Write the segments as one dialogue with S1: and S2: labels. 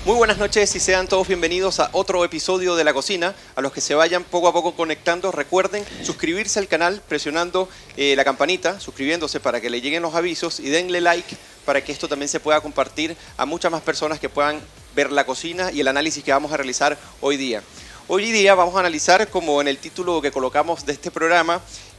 S1: Muy buenas noches y sean todos bienvenidos a otro episodio de La Cocina. A los que se vayan poco a poco conectando, recuerden suscribirse al canal presionando la campanita, suscribiéndose para que le lleguen los avisos y denle like para que esto también se pueda compartir a muchas más personas que puedan ver la cocina y el análisis que vamos a realizar hoy día. Hoy día vamos a analizar, como en el título que colocamos de este programa,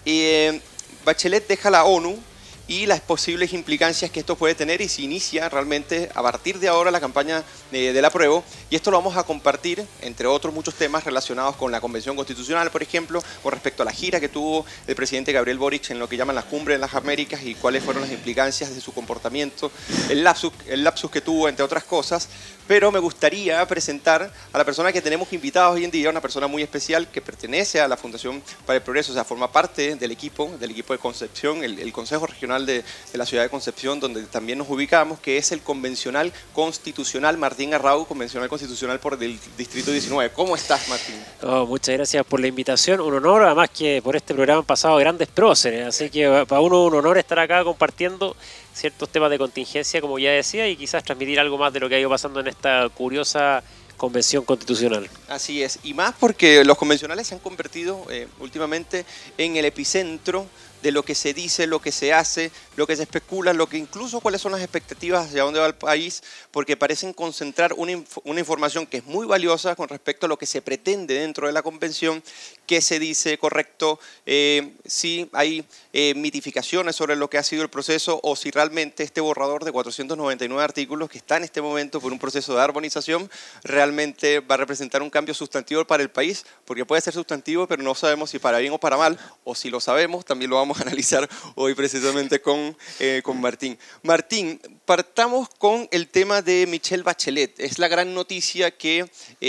S1: Bachelet deja la ONU y las posibles implicancias que esto puede tener y se inicia realmente a partir de ahora la campaña del apruebo, y esto lo vamos a compartir entre otros muchos temas relacionados con la Convención Constitucional, por ejemplo, con respecto a la gira que tuvo el presidente Gabriel Boric en lo que llaman la Cumbre de las Américas y cuáles fueron las implicancias de su comportamiento, el lapsus que tuvo, entre otras cosas. Pero me gustaría presentar a la persona que tenemos invitada hoy en día, una persona muy especial que pertenece a la Fundación para el Progreso, o sea, forma parte del equipo de Concepción, el Consejo Regional de la ciudad de Concepción, donde también nos ubicamos, que es el convencional constitucional Martín Arrau, convencional constitucional por el Distrito 19. ¿Cómo estás, Martín?
S2: Oh, muchas gracias por la invitación, un honor, además que por este programa han pasado grandes próceres, así que para uno un honor estar acá compartiendo ciertos temas de contingencia, como ya decía, y quizás transmitir algo más de lo que ha ido pasando en esta curiosa convención constitucional.
S1: Así es, y más porque los convencionales se han convertido últimamente en el epicentro de lo que se dice, lo que se hace, lo que se especula, lo que incluso cuáles son las expectativas hacia dónde va el país, porque parecen concentrar una información que es muy valiosa con respecto a lo que se pretende dentro de la convención, qué se dice correcto, si hay mitificaciones sobre lo que ha sido el proceso o si realmente este borrador de 499 artículos que está en este momento por un proceso de armonización realmente va a representar un cambio sustantivo para el país, porque puede ser sustantivo, pero no sabemos si para bien o para mal, o si lo sabemos, también lo vamos a analizar hoy precisamente con Martín. Martín, partamos con el tema de Michelle Bachelet. Es la gran noticia que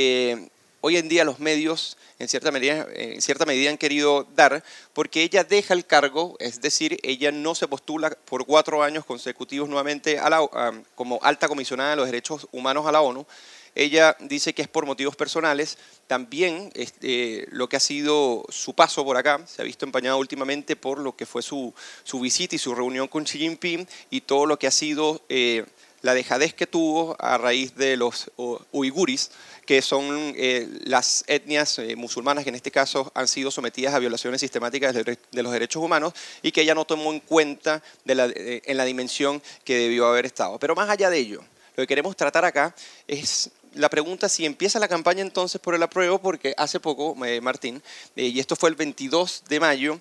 S1: hoy en día los medios en cierta medida han querido dar, porque ella deja el cargo, es decir, ella no se postula por 4 años consecutivos nuevamente como alta comisionada de los derechos humanos a la ONU. Ella dice que es por motivos personales. También lo que ha sido su paso por acá se ha visto empañado últimamente por lo que fue su visita y su reunión con Xi Jinping y todo lo que ha sido la dejadez que tuvo a raíz de los uiguris, que son las etnias musulmanas que en este caso han sido sometidas a violaciones sistemáticas de los derechos humanos y que ella no tomó en cuenta en la dimensión que debió haber estado. Pero más allá de ello, lo que queremos tratar acá es la pregunta si empieza la campaña entonces por el apruebo, porque hace poco, Martín, y esto fue el 22 de mayo,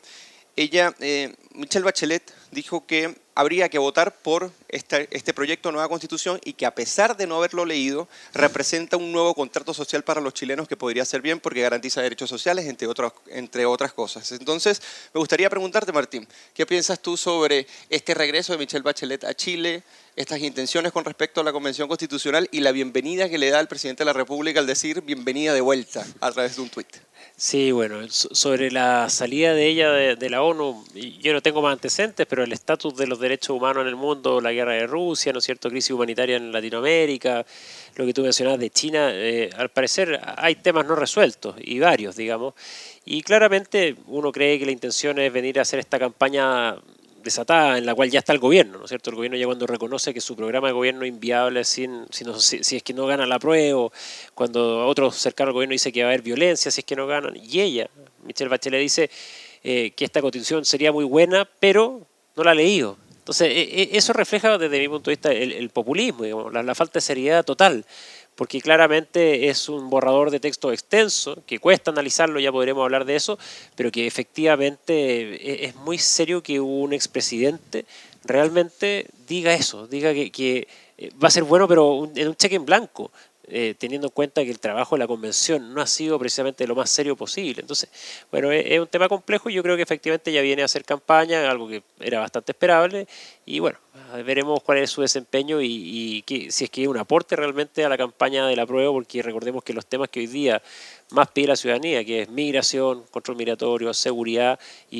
S1: Michelle Bachelet dijo que habría que votar por este proyecto de nueva constitución y que a pesar de no haberlo leído, representa un nuevo contrato social para los chilenos que podría ser bien porque garantiza derechos sociales, entre otras cosas. Entonces, me gustaría preguntarte, Martín, ¿qué piensas tú sobre este regreso de Michelle Bachelet a Chile, estas intenciones con respecto a la Convención Constitucional y la bienvenida que le da el presidente de la República al decir bienvenida de vuelta a través de un tuit?
S2: Sí, bueno, sobre la salida de ella de la ONU, yo no tengo más antecedentes, pero el estatus de los derechos humanos en el mundo, la guerra de Rusia, ¿no es cierto?, crisis humanitaria en Latinoamérica, lo que tú mencionabas de China, al parecer hay temas no resueltos, y varios, digamos, y claramente uno cree que la intención es venir a hacer esta campaña desatada en la cual ya está el gobierno, ¿no es cierto? El gobierno ya cuando reconoce que su programa de gobierno es inviable si es que no gana la prueba, cuando otro cercano al gobierno dice que va a haber violencia si es que no ganan, y ella, Michelle Bachelet, dice que esta constitución sería muy buena, pero no la ha leído. Entonces, eso refleja desde mi punto de vista el populismo, digamos, la falta de seriedad total, porque claramente es un borrador de texto extenso, que cuesta analizarlo, ya podremos hablar de eso, pero que efectivamente es muy serio que un expresidente realmente diga eso, diga que va a ser bueno, pero en un cheque en blanco, teniendo en cuenta que el trabajo de la convención no ha sido precisamente lo más serio posible. Entonces, bueno, es un tema complejo y yo creo que efectivamente ya viene a hacer campaña, algo que era bastante esperable, y bueno, veremos cuál es su desempeño y si es que hay un aporte realmente a la campaña del apruebo, porque recordemos que los temas que hoy día más pide la ciudadanía, que es migración, control migratorio, seguridad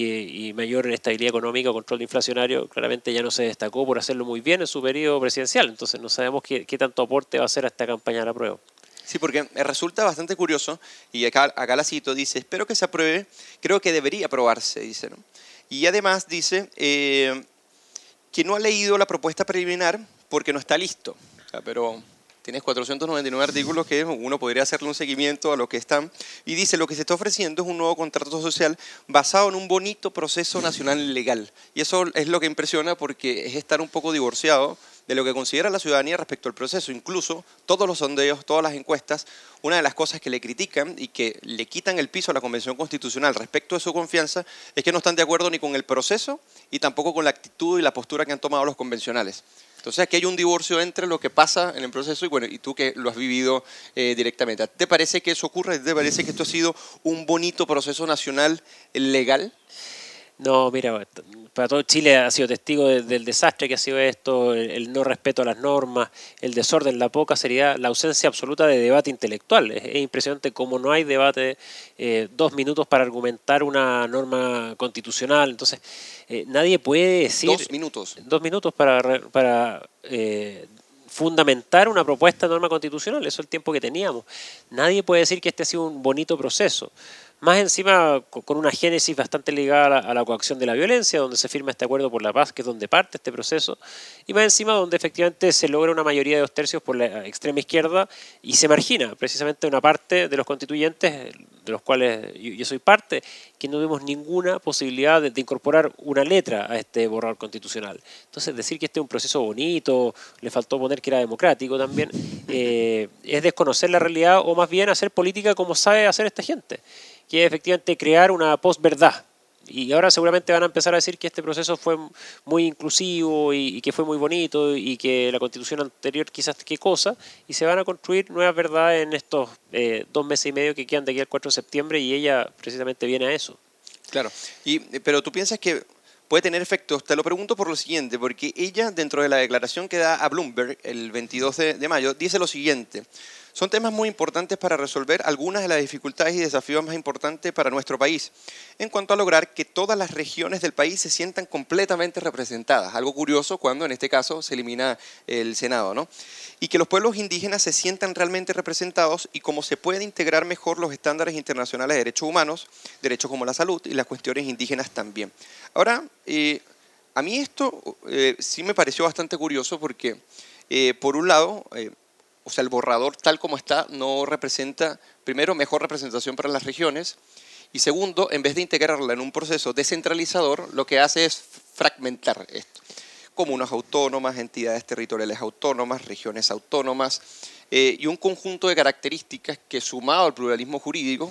S2: y mayor estabilidad económica, control inflacionario, claramente ya no se destacó por hacerlo muy bien en su periodo presidencial. Entonces no sabemos qué tanto aporte va a hacer a esta campaña de la apruebo.
S1: Sí, porque resulta bastante curioso, y acá la cito, dice, espero que se apruebe, creo que debería aprobarse, dice, ¿no? Y además dice que no ha leído la propuesta preliminar porque no está listo. O sea, pero Tienes 499 artículos que uno podría hacerle un seguimiento a lo que están. Y dice, lo que se está ofreciendo es un nuevo contrato social basado en un bonito proceso nacional legal. Y eso es lo que impresiona porque es estar un poco divorciado de lo que considera la ciudadanía respecto al proceso. Incluso todos los sondeos, todas las encuestas, una de las cosas que le critican y que le quitan el piso a la Convención Constitucional respecto de su confianza es que no están de acuerdo ni con el proceso y tampoco con la actitud y la postura que han tomado los convencionales. Entonces aquí hay un divorcio entre lo que pasa en el proceso y bueno, y tú que lo has vivido directamente. ¿Te parece que eso ocurre? ¿Te parece que esto ha sido un bonito proceso nacional legal?
S2: No, mira, para todo Chile ha sido testigo del desastre que ha sido esto, el no respeto a las normas, el desorden, la poca seriedad, la ausencia absoluta de debate intelectual. Es impresionante cómo no hay debate, 2 minutos para argumentar una norma constitucional. Entonces, nadie puede decir...
S1: 2 minutos.
S2: 2 minutos para fundamentar una propuesta de norma constitucional. Eso es el tiempo que teníamos. Nadie puede decir que este ha sido un bonito proceso. Más encima con una génesis bastante ligada a la coacción de la violencia, donde se firma este acuerdo por la paz, que es donde parte este proceso, y más encima donde efectivamente se logra una mayoría de 2/3 por la extrema izquierda y se margina precisamente una parte de los constituyentes, de los cuales yo soy parte, que no vemos ninguna posibilidad de incorporar una letra a este borrador constitucional. Entonces decir que este es un proceso bonito, le faltó poner que era democrático también, es desconocer la realidad o más bien hacer política como sabe hacer esta gente, que es efectivamente crear una posverdad. Y ahora seguramente van a empezar a decir que este proceso fue muy inclusivo y que fue muy bonito y que la constitución anterior quizás qué cosa, y se van a construir nuevas verdades en estos 2 meses y medio que quedan de aquí al 4 de septiembre y ella precisamente viene a eso.
S1: Claro, pero tú piensas que puede tener efectos. Te lo pregunto por lo siguiente, porque ella dentro de la declaración que da a Bloomberg el 22 de mayo dice lo siguiente: son temas muy importantes para resolver algunas de las dificultades y desafíos más importantes para nuestro país, en cuanto a lograr que todas las regiones del país se sientan completamente representadas. Algo curioso cuando en este caso se elimina el Senado, ¿no? Y que los pueblos indígenas se sientan realmente representados y cómo se puede integrar mejor los estándares internacionales de derechos humanos, derechos como la salud y las cuestiones indígenas también. Ahora, a mí esto sí me pareció bastante curioso porque, por un lado, o sea, el borrador tal como está no representa, primero, mejor representación para las regiones y segundo, en vez de integrarla en un proceso descentralizador, lo que hace es fragmentar esto. Comunas autónomas, entidades territoriales autónomas, regiones autónomas y un conjunto de características que sumado al pluralismo jurídico,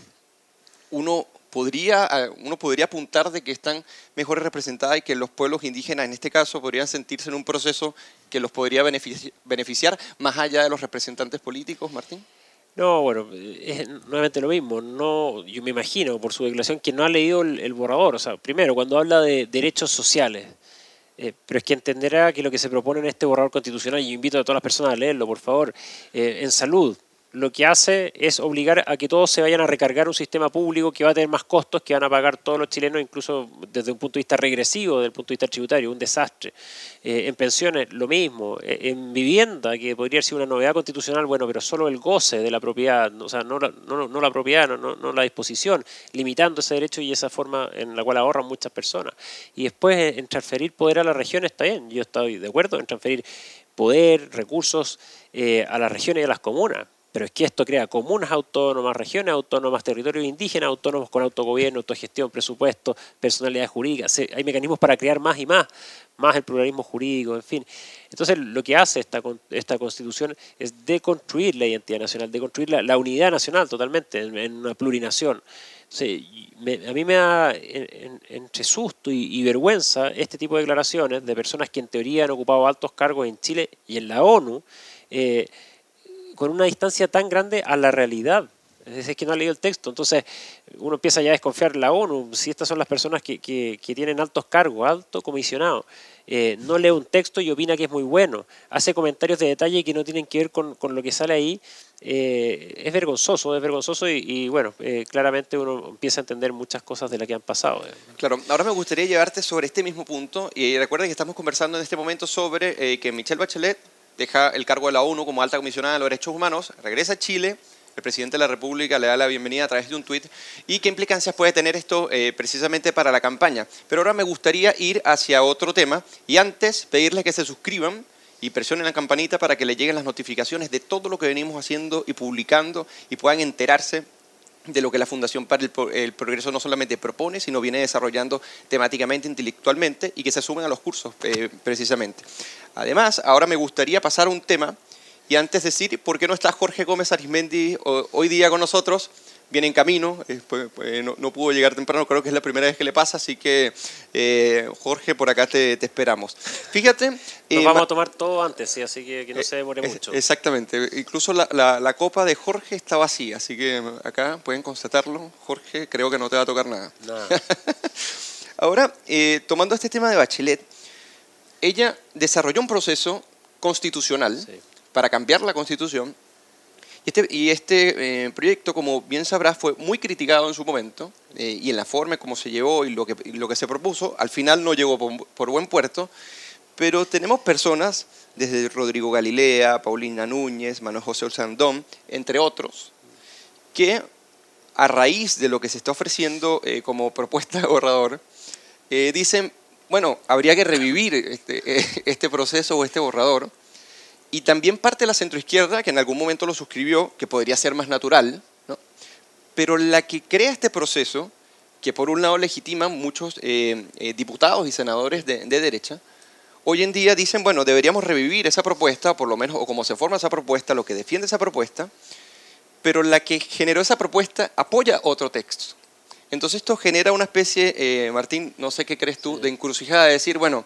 S1: uno podría apuntar de que están mejor representadas y que los pueblos indígenas, en este caso, podrían sentirse en un proceso que los podría beneficiar más allá de los representantes políticos, Martín.
S2: No, bueno, es nuevamente lo mismo. No, yo me imagino por su declaración que no ha leído el borrador. O sea, primero, cuando habla de derechos sociales, pero es que entenderá que lo que se propone en este borrador constitucional, y yo invito a todas las personas a leerlo, por favor, en salud, lo que hace es obligar a que todos se vayan a recargar un sistema público que va a tener más costos que van a pagar todos los chilenos, incluso desde un punto de vista regresivo, desde el punto de vista tributario, un desastre. En pensiones, lo mismo. En vivienda, que podría ser una novedad constitucional, bueno, pero solo el goce de la propiedad, o sea, no la propiedad, no la disposición, limitando ese derecho y esa forma en la cual ahorran muchas personas. Y después, en transferir poder a la región está bien, yo estoy de acuerdo en transferir poder, recursos a las regiones y a las comunas. Pero es que esto crea comunas autónomas, regiones autónomas, territorios indígenas autónomos con autogobierno, autogestión, presupuesto, personalidad jurídica. Hay mecanismos para crear más y más el pluralismo jurídico, en fin. Entonces lo que hace esta Constitución es deconstruir la identidad nacional, deconstruir la unidad nacional totalmente en una plurinación. Entonces, a mí me da entre susto y vergüenza este tipo de declaraciones de personas que en teoría han ocupado altos cargos en Chile y en la ONU, con una distancia tan grande a la realidad. Es decir, que no ha leído el texto. Entonces uno empieza ya a desconfiar de la ONU. Si estas son las personas que tienen altos cargos, alto comisionado, no lee un texto y opina que es muy bueno, hace comentarios de detalle que no tienen que ver con lo que sale ahí, es vergonzoso y bueno, claramente uno empieza a entender muchas cosas de las que han pasado.
S1: Claro, ahora me gustaría llevarte sobre este mismo punto y recuerden que estamos conversando en este momento sobre que Michelle Bachelet deja el cargo de la ONU como alta comisionada de los derechos humanos, regresa a Chile, el presidente de la República le da la bienvenida a través de un tuit, y qué implicancias puede tener esto precisamente para la campaña. Pero ahora me gustaría ir hacia otro tema y antes pedirles que se suscriban y presionen la campanita para que le lleguen las notificaciones de todo lo que venimos haciendo y publicando y puedan enterarse de lo que la Fundación para el Progreso no solamente propone, sino viene desarrollando temáticamente, intelectualmente, y que se sumen a los cursos precisamente. Además, ahora me gustaría pasar a un tema, y antes decir, ¿por qué no está Jorge Gómez Arizmendi hoy día con nosotros? Viene en camino, no pudo llegar temprano, creo que es la primera vez que le pasa, así que Jorge, por acá te esperamos. Fíjate...
S2: Nos vamos a tomar todo antes, ¿sí? Así que no se demore mucho.
S1: Exactamente, incluso la copa de Jorge está vacía, así que acá pueden constatarlo. Jorge, creo que no te va a tocar nada. Ahora, tomando este tema de Bachelet, ella desarrolló un proceso constitucional para cambiar la Constitución. Y este proyecto, como bien sabrás, fue muy criticado en su momento y en la forma en cómo se llevó y lo que se propuso. Al final no llegó por buen puerto, pero tenemos personas, desde Rodrigo Galilea, Paulina Núñez, Manuel José Orsandón, entre otros, que a raíz de lo que se está ofreciendo como propuesta de borrador, dicen, bueno, habría que revivir este proceso o este borrador. Y también parte de la centroizquierda, que en algún momento lo suscribió, que podría ser más natural, ¿no? Pero la que crea este proceso, que por un lado legitiman muchos diputados y senadores de derecha, hoy en día dicen, bueno, deberíamos revivir esa propuesta, por lo menos, o como se forma esa propuesta, lo que defiende esa propuesta, pero la que generó esa propuesta apoya otro texto. Entonces esto genera una especie, Martín, no sé qué crees tú, de encrucijada, de decir, bueno,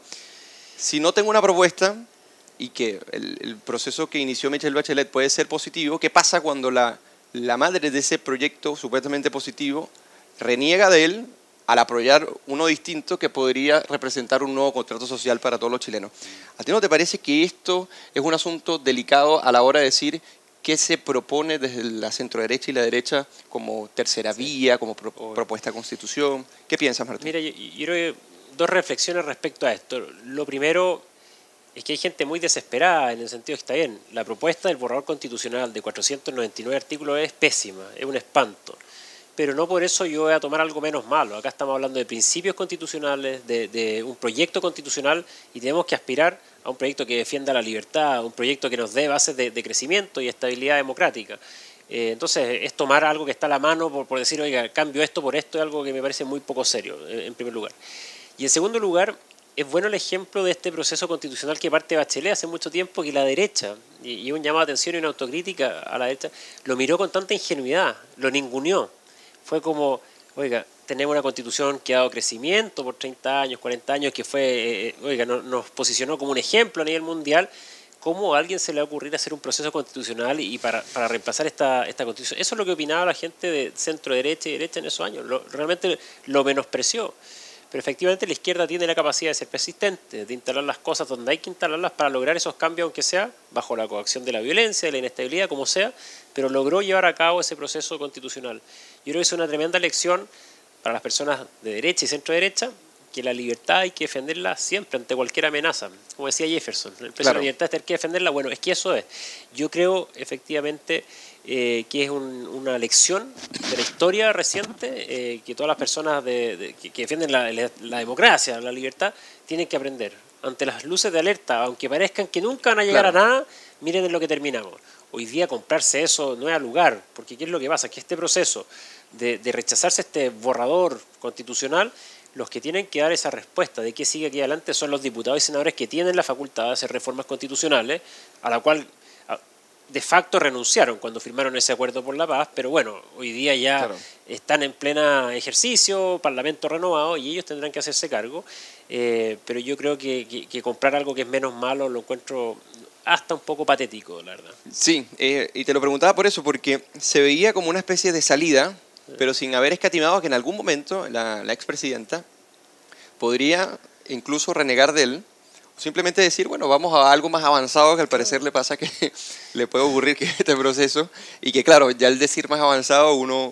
S1: si no tengo una propuesta y que el proceso que inició Michelle Bachelet puede ser positivo, ¿qué pasa cuando la madre de ese proyecto supuestamente positivo reniega de él al apoyar uno distinto que podría representar un nuevo contrato social para todos los chilenos? ¿A ti no te parece que esto es un asunto delicado a la hora de decir qué se propone desde la centroderecha y la derecha como tercera vía, como propuesta de constitución? ¿Qué piensas, Martín?
S2: Mira, yo creo que dos reflexiones respecto a esto. Lo primero es que hay gente muy desesperada en el sentido que está bien. La propuesta del borrador constitucional de 499 artículos es pésima, es un espanto. Pero no por eso yo voy a tomar algo menos malo. Acá estamos hablando de principios constitucionales, de un proyecto constitucional y tenemos que aspirar a un proyecto que defienda la libertad, un proyecto que nos dé bases de crecimiento y estabilidad democrática. Entonces, es tomar algo que está a la mano por decir, oiga, cambio esto por esto, es algo que me parece muy poco serio, en primer lugar. Y en segundo lugar, es bueno el ejemplo de este proceso constitucional que parte Bachelet hace mucho tiempo, que la derecha, y un llamado de atención y una autocrítica a la derecha, lo miró con tanta ingenuidad, lo ninguneó. Fue como, oiga, tenemos una constitución que ha dado crecimiento por 30 años, 40 años, que fue, nos posicionó como un ejemplo a nivel mundial. ¿Cómo a alguien se le va a ocurrir hacer un proceso constitucional y para reemplazar esta constitución? Eso es lo que opinaba la gente de centro derecha y derecha en esos años. Realmente lo menospreció. Pero efectivamente la izquierda tiene la capacidad de ser persistente, de instalar las cosas donde hay que instalarlas para lograr esos cambios, aunque sea bajo la coacción de la violencia, de la inestabilidad, como sea, pero logró llevar a cabo ese proceso constitucional. Yo creo que es una tremenda lección para las personas de derecha y centro derecha, que la libertad hay que defenderla siempre ante cualquier amenaza. Como decía Jefferson, el precio de la libertad es tener que defenderla. Bueno, es que eso es. Yo creo efectivamente que es una lección de la historia reciente que todas las personas que defienden la democracia, la libertad, tienen que aprender. Ante las luces de alerta, aunque parezcan que nunca van a llegar a nada, miren en lo que terminamos. Hoy día comprarse eso no es al lugar, porque ¿qué es lo que pasa? Que este proceso de rechazarse este borrador constitucional, los que tienen que dar esa respuesta de qué sigue aquí adelante son los diputados y senadores que tienen la facultad de hacer reformas constitucionales, a la cual de facto renunciaron cuando firmaron ese acuerdo por la paz, pero bueno, hoy día ya están en plena ejercicio, parlamento renovado, y ellos tendrán que hacerse cargo, pero yo creo que comprar algo que es menos malo lo encuentro hasta un poco patético, la verdad.
S1: Sí, y te lo preguntaba por eso, porque se veía como una especie de salida, pero sin haber escatimado que en algún momento la expresidenta podría incluso renegar de él, o simplemente decir, bueno, vamos a algo más avanzado, que al parecer le pasa que le puede ocurrir que este proceso, y que claro, ya al decir más avanzado uno...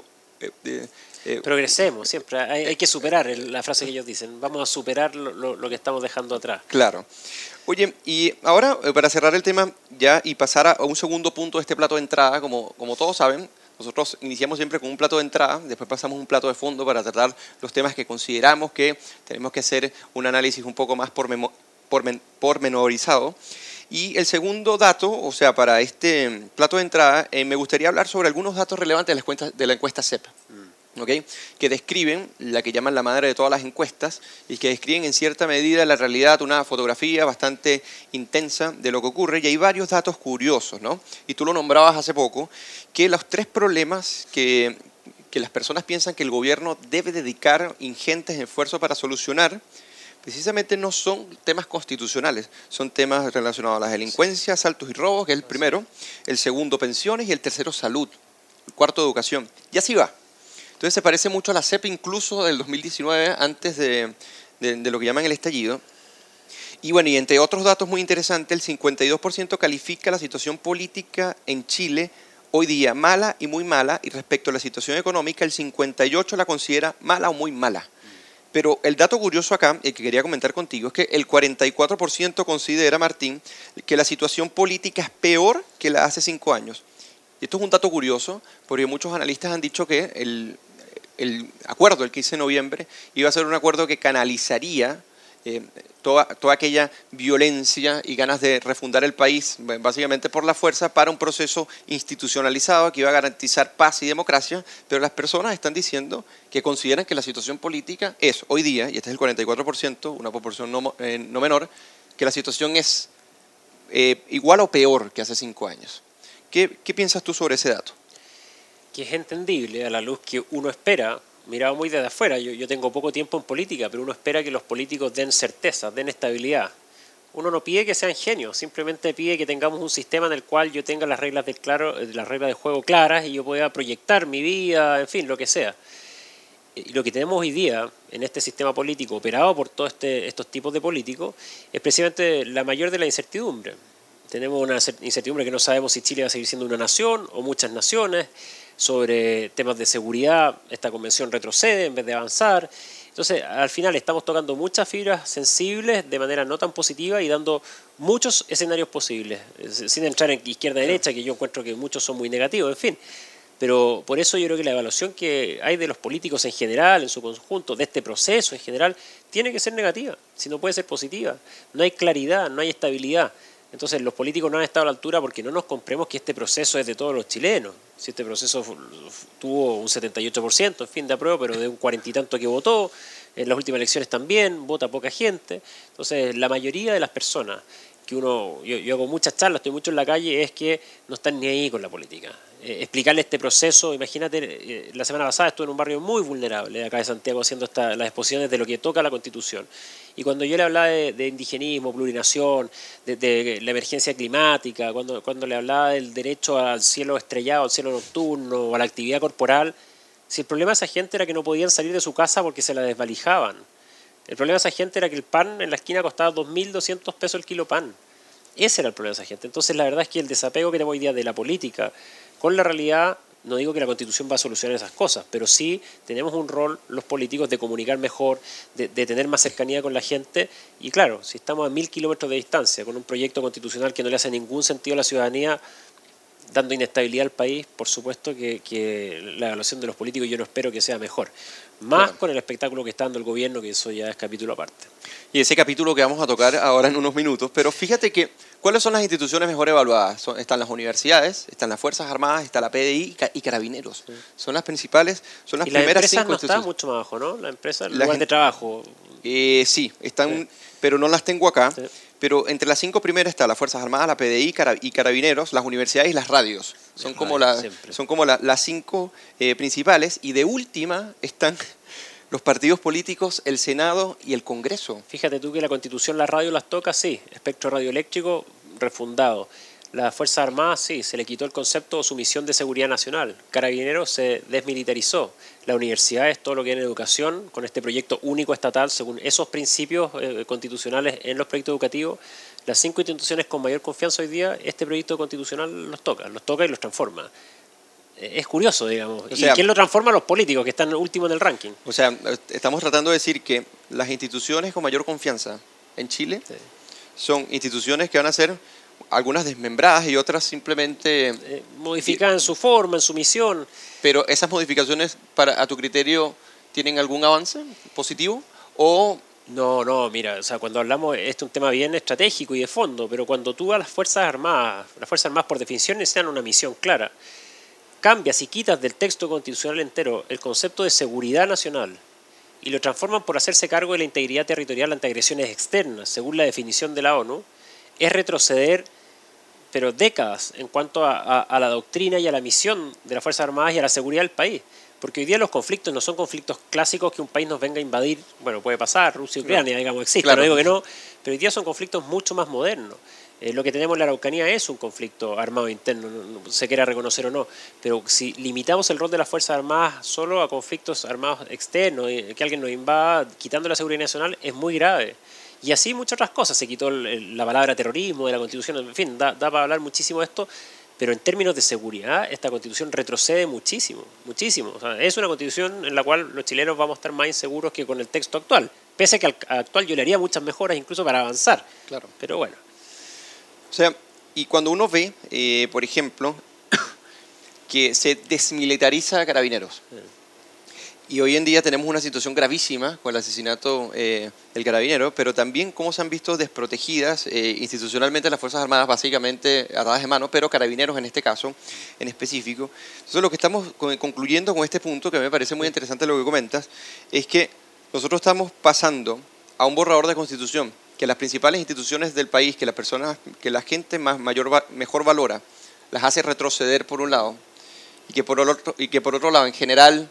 S2: Progresemos, siempre hay que superar la frase que ellos dicen, vamos a superar lo que estamos dejando atrás.
S1: Claro. Oye, y ahora para cerrar el tema ya y pasar a un segundo punto de este plato de entrada, como todos saben, nosotros iniciamos siempre con un plato de entrada, después pasamos un plato de fondo para tratar los temas que consideramos que tenemos que hacer un análisis un poco más pormenorizado. Y el segundo dato, o sea, para este plato de entrada, me gustaría hablar sobre algunos datos relevantes de la encuesta CEP. ¿Ok? Que describen la que llaman la madre de todas las encuestas y que describen en cierta medida la realidad, una fotografía bastante intensa de lo que ocurre, y hay varios datos curiosos, ¿no? Y tú lo nombrabas hace poco, que los 3 problemas que las personas piensan que el gobierno debe dedicar ingentes esfuerzos para solucionar, precisamente no son temas constitucionales, son temas relacionados a la delincuencia, asaltos y robos, que es el primero, el segundo pensiones y el tercero salud, el cuarto educación. Y así va. Entonces se parece mucho a la CEP incluso del 2019, antes de lo que llaman el estallido. Y bueno, y entre otros datos muy interesantes, el 52% califica la situación política en Chile hoy día mala y muy mala, y respecto a la situación económica, el 58% la considera mala o muy mala. Pero el dato curioso acá, el que quería comentar contigo, es que el 44% considera, Martín, que la situación política es peor que la de hace 5 años. Y esto es un dato curioso, porque muchos analistas han dicho que el acuerdo del 15 de noviembre iba a ser un acuerdo que canalizaría toda aquella violencia y ganas de refundar el país, básicamente por la fuerza, para un proceso institucionalizado que iba a garantizar paz y democracia, pero las personas están diciendo que consideran que la situación política es hoy día, y este es el 44%, una proporción no menor, que la situación es igual o peor que hace 5 años. ¿Qué piensas tú sobre ese dato?
S2: Que es entendible a la luz que uno espera, mirado muy desde afuera. Yo tengo poco tiempo en política, pero uno espera que los políticos den certeza, den estabilidad. Uno no pide que sean genios, simplemente pide que tengamos un sistema en el cual yo tenga las reglas de juego claras y yo pueda proyectar mi vida, en fin, lo que sea. Y lo que tenemos hoy día en este sistema político operado por todos estos tipos de políticos es precisamente la mayor de la incertidumbre. Tenemos una incertidumbre que no sabemos si Chile va a seguir siendo una nación o muchas naciones. Sobre temas de seguridad, esta convención retrocede en vez de avanzar. Entonces, al final estamos tocando muchas fibras sensibles de manera no tan positiva y dando muchos escenarios posibles, sin entrar en izquierda-derecha, que yo encuentro que muchos son muy negativos, en fin. Pero por eso yo creo que la evaluación que hay de los políticos en general, en su conjunto, de este proceso en general, tiene que ser negativa, si no puede ser positiva. No hay claridad, no hay estabilidad. Entonces los políticos no han estado a la altura porque no nos compremos que este proceso es de todos los chilenos. Si este proceso tuvo un 78%, en fin, de apruebo, pero de un 40 y tanto que votó, en las últimas elecciones también, vota poca gente. Entonces la mayoría de las personas que yo hago muchas charlas, estoy mucho en la calle, es que no están ni ahí con la política. Explicarle este proceso, imagínate, la semana pasada estuve en un barrio muy vulnerable de acá de Santiago haciendo las exposiciones de lo que toca la Constitución. Y cuando yo le hablaba de indigenismo, plurinación, de la emergencia climática, cuando le hablaba del derecho al cielo estrellado, al cielo nocturno, a la actividad corporal, si el problema de esa gente era que no podían salir de su casa porque se la desvalijaban. El problema de esa gente era que el pan en la esquina costaba 2.200 pesos el kilo pan. Ese era el problema de esa gente. Entonces la verdad es que el desapego que tenemos hoy día de la política con la realidad, no digo que la Constitución va a solucionar esas cosas, pero sí tenemos un rol los políticos de comunicar mejor, de tener más cercanía con la gente. Y claro, si estamos a 1.000 kilómetros de distancia con un proyecto constitucional que no le hace ningún sentido a la ciudadanía, dando inestabilidad al país, por supuesto que la evaluación de los políticos yo no espero que sea mejor. Más claro, con el espectáculo que está dando el gobierno, que eso ya es capítulo aparte.
S1: Y ese capítulo que vamos a tocar ahora en unos minutos, pero fíjate que, ¿cuáles son las instituciones mejor evaluadas? Están las universidades, están las Fuerzas Armadas, está la PDI y Carabineros. Sí. Son las principales, son las primeras 5 instituciones.
S2: No está mucho más abajo, ¿no? La empresa, el lugar de trabajo.
S1: Sí, están, pero no las tengo acá. Sí. Pero entre las 5 primeras está las Fuerzas Armadas, la PDI y Carabineros, las universidades y las radios. Son como las 5 principales. Y de última están los partidos políticos, el Senado y el Congreso.
S2: Fíjate tú que la Constitución, la radio las toca, sí. Espectro radioeléctrico refundado. Las Fuerzas Armadas, sí, se le quitó el concepto o su misión de seguridad nacional. Carabineros se desmilitarizó. Las universidades, todo lo que es en educación, con este proyecto único estatal, según esos principios constitucionales en los proyectos educativos, las 5 instituciones con mayor confianza hoy día, este proyecto constitucional los toca y los transforma. Es curioso, digamos. O sea, ¿y quién lo transforma? Los políticos, que están últimos en el ranking.
S1: O sea, estamos tratando de decir que las instituciones con mayor confianza en Chile son instituciones que van a ser algunas desmembradas y otras simplemente
S2: modificadas en su forma, en su misión.
S1: Pero esas modificaciones, a tu criterio, ¿tienen algún avance positivo? ¿O
S2: No, mira, o sea, cuando hablamos, este es un tema bien estratégico y de fondo, pero cuando tú a las Fuerzas Armadas por definición necesitan una misión clara, cambias y quitas del texto constitucional entero el concepto de seguridad nacional y lo transforman por hacerse cargo de la integridad territorial ante agresiones externas, según la definición de la ONU, es retroceder, pero décadas, en cuanto a la doctrina y a la misión de las Fuerzas Armadas y a la seguridad del país. Porque hoy día los conflictos no son conflictos clásicos que un país nos venga a invadir. Bueno, puede pasar, Rusia y Ucrania, digamos, existe, claro. No digo que no, pero hoy día son conflictos mucho más modernos. Lo que tenemos en la Araucanía es un conflicto armado interno, no se quiera reconocer o no, pero si limitamos el rol de las Fuerzas Armadas solo a conflictos armados externos, que alguien nos invada quitando la seguridad nacional, es muy grave. Y así muchas otras cosas, se quitó la palabra terrorismo de la Constitución, en fin, da para hablar muchísimo de esto, pero en términos de seguridad esta Constitución retrocede muchísimo, muchísimo. O sea, es una Constitución en la cual los chilenos vamos a estar más inseguros que con el texto actual, pese a que al actual yo le haría muchas mejoras incluso para avanzar,
S1: claro.
S2: Pero bueno.
S1: O sea, y cuando uno ve, por ejemplo, que se desmilitariza a Carabineros, y hoy en día tenemos una situación gravísima con el asesinato del carabinero, pero también cómo se han visto desprotegidas institucionalmente las Fuerzas Armadas, básicamente atadas de mano, pero Carabineros en este caso en específico. Entonces lo que estamos concluyendo con este punto, que me parece muy interesante lo que comentas, es que nosotros estamos pasando a un borrador de Constitución, que las principales instituciones del país, que las personas, que la gente mejor valora, las hace retroceder por un lado, y que por otro lado en general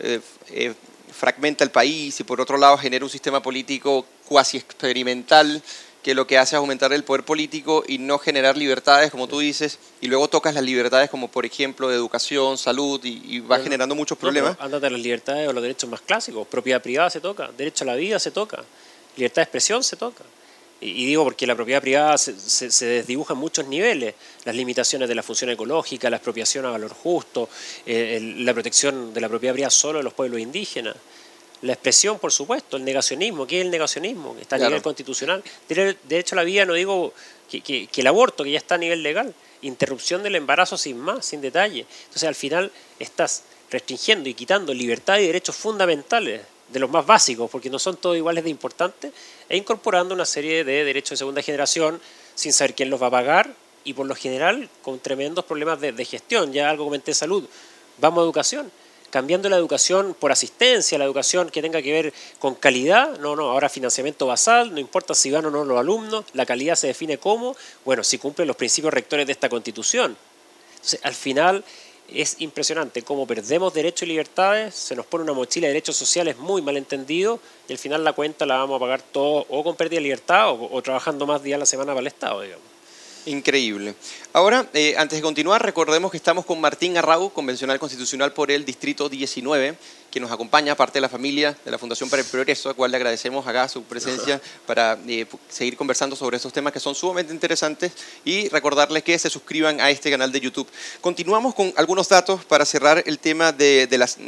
S1: fragmenta el país y por otro lado genera un sistema político cuasi experimental que lo que hace es aumentar el poder político y no generar libertades, como tú dices, y luego tocas las libertades como por ejemplo de educación, salud y va generando muchos problemas.
S2: Ándate a las libertades o los derechos más clásicos, propiedad privada se toca, derecho a la vida se toca, libertad de expresión se toca. Y digo porque la propiedad privada se desdibuja en muchos niveles, las limitaciones de la función ecológica, la expropiación a valor justo, la protección de la propiedad privada solo de los pueblos indígenas, la expresión, por supuesto, el negacionismo. ¿Qué es el negacionismo? Está a nivel constitucional. Derecho a la vida, no digo que el aborto, que ya está a nivel legal, interrupción del embarazo sin más, sin detalle. Entonces al final estás restringiendo y quitando libertad y derechos fundamentales de los más básicos, porque no son todos iguales de importantes, e incorporando una serie de derechos de segunda generación sin saber quién los va a pagar y por lo general con tremendos problemas de gestión. Ya algo comenté de salud, vamos a educación, cambiando la educación por asistencia, la educación que tenga que ver con calidad, no, ahora financiamiento basal, no importa si van o no los alumnos, la calidad se define como, bueno, si cumplen los principios rectores de esta Constitución. Entonces, al final es impresionante cómo perdemos derechos y libertades, se nos pone una mochila de derechos sociales muy mal entendido y al final la cuenta la vamos a pagar todo o con pérdida de libertad o trabajando más días a la semana para el Estado, digamos.
S1: Increíble. Ahora, antes de continuar, recordemos que estamos con Martín Arrau, convencional constitucional por el Distrito 19, que nos acompaña, parte de la familia de la Fundación para el Progreso, a cual le agradecemos acá su presencia para seguir conversando sobre estos temas que son sumamente interesantes y recordarles que se suscriban a este canal de YouTube. Continuamos con algunos datos para cerrar el tema de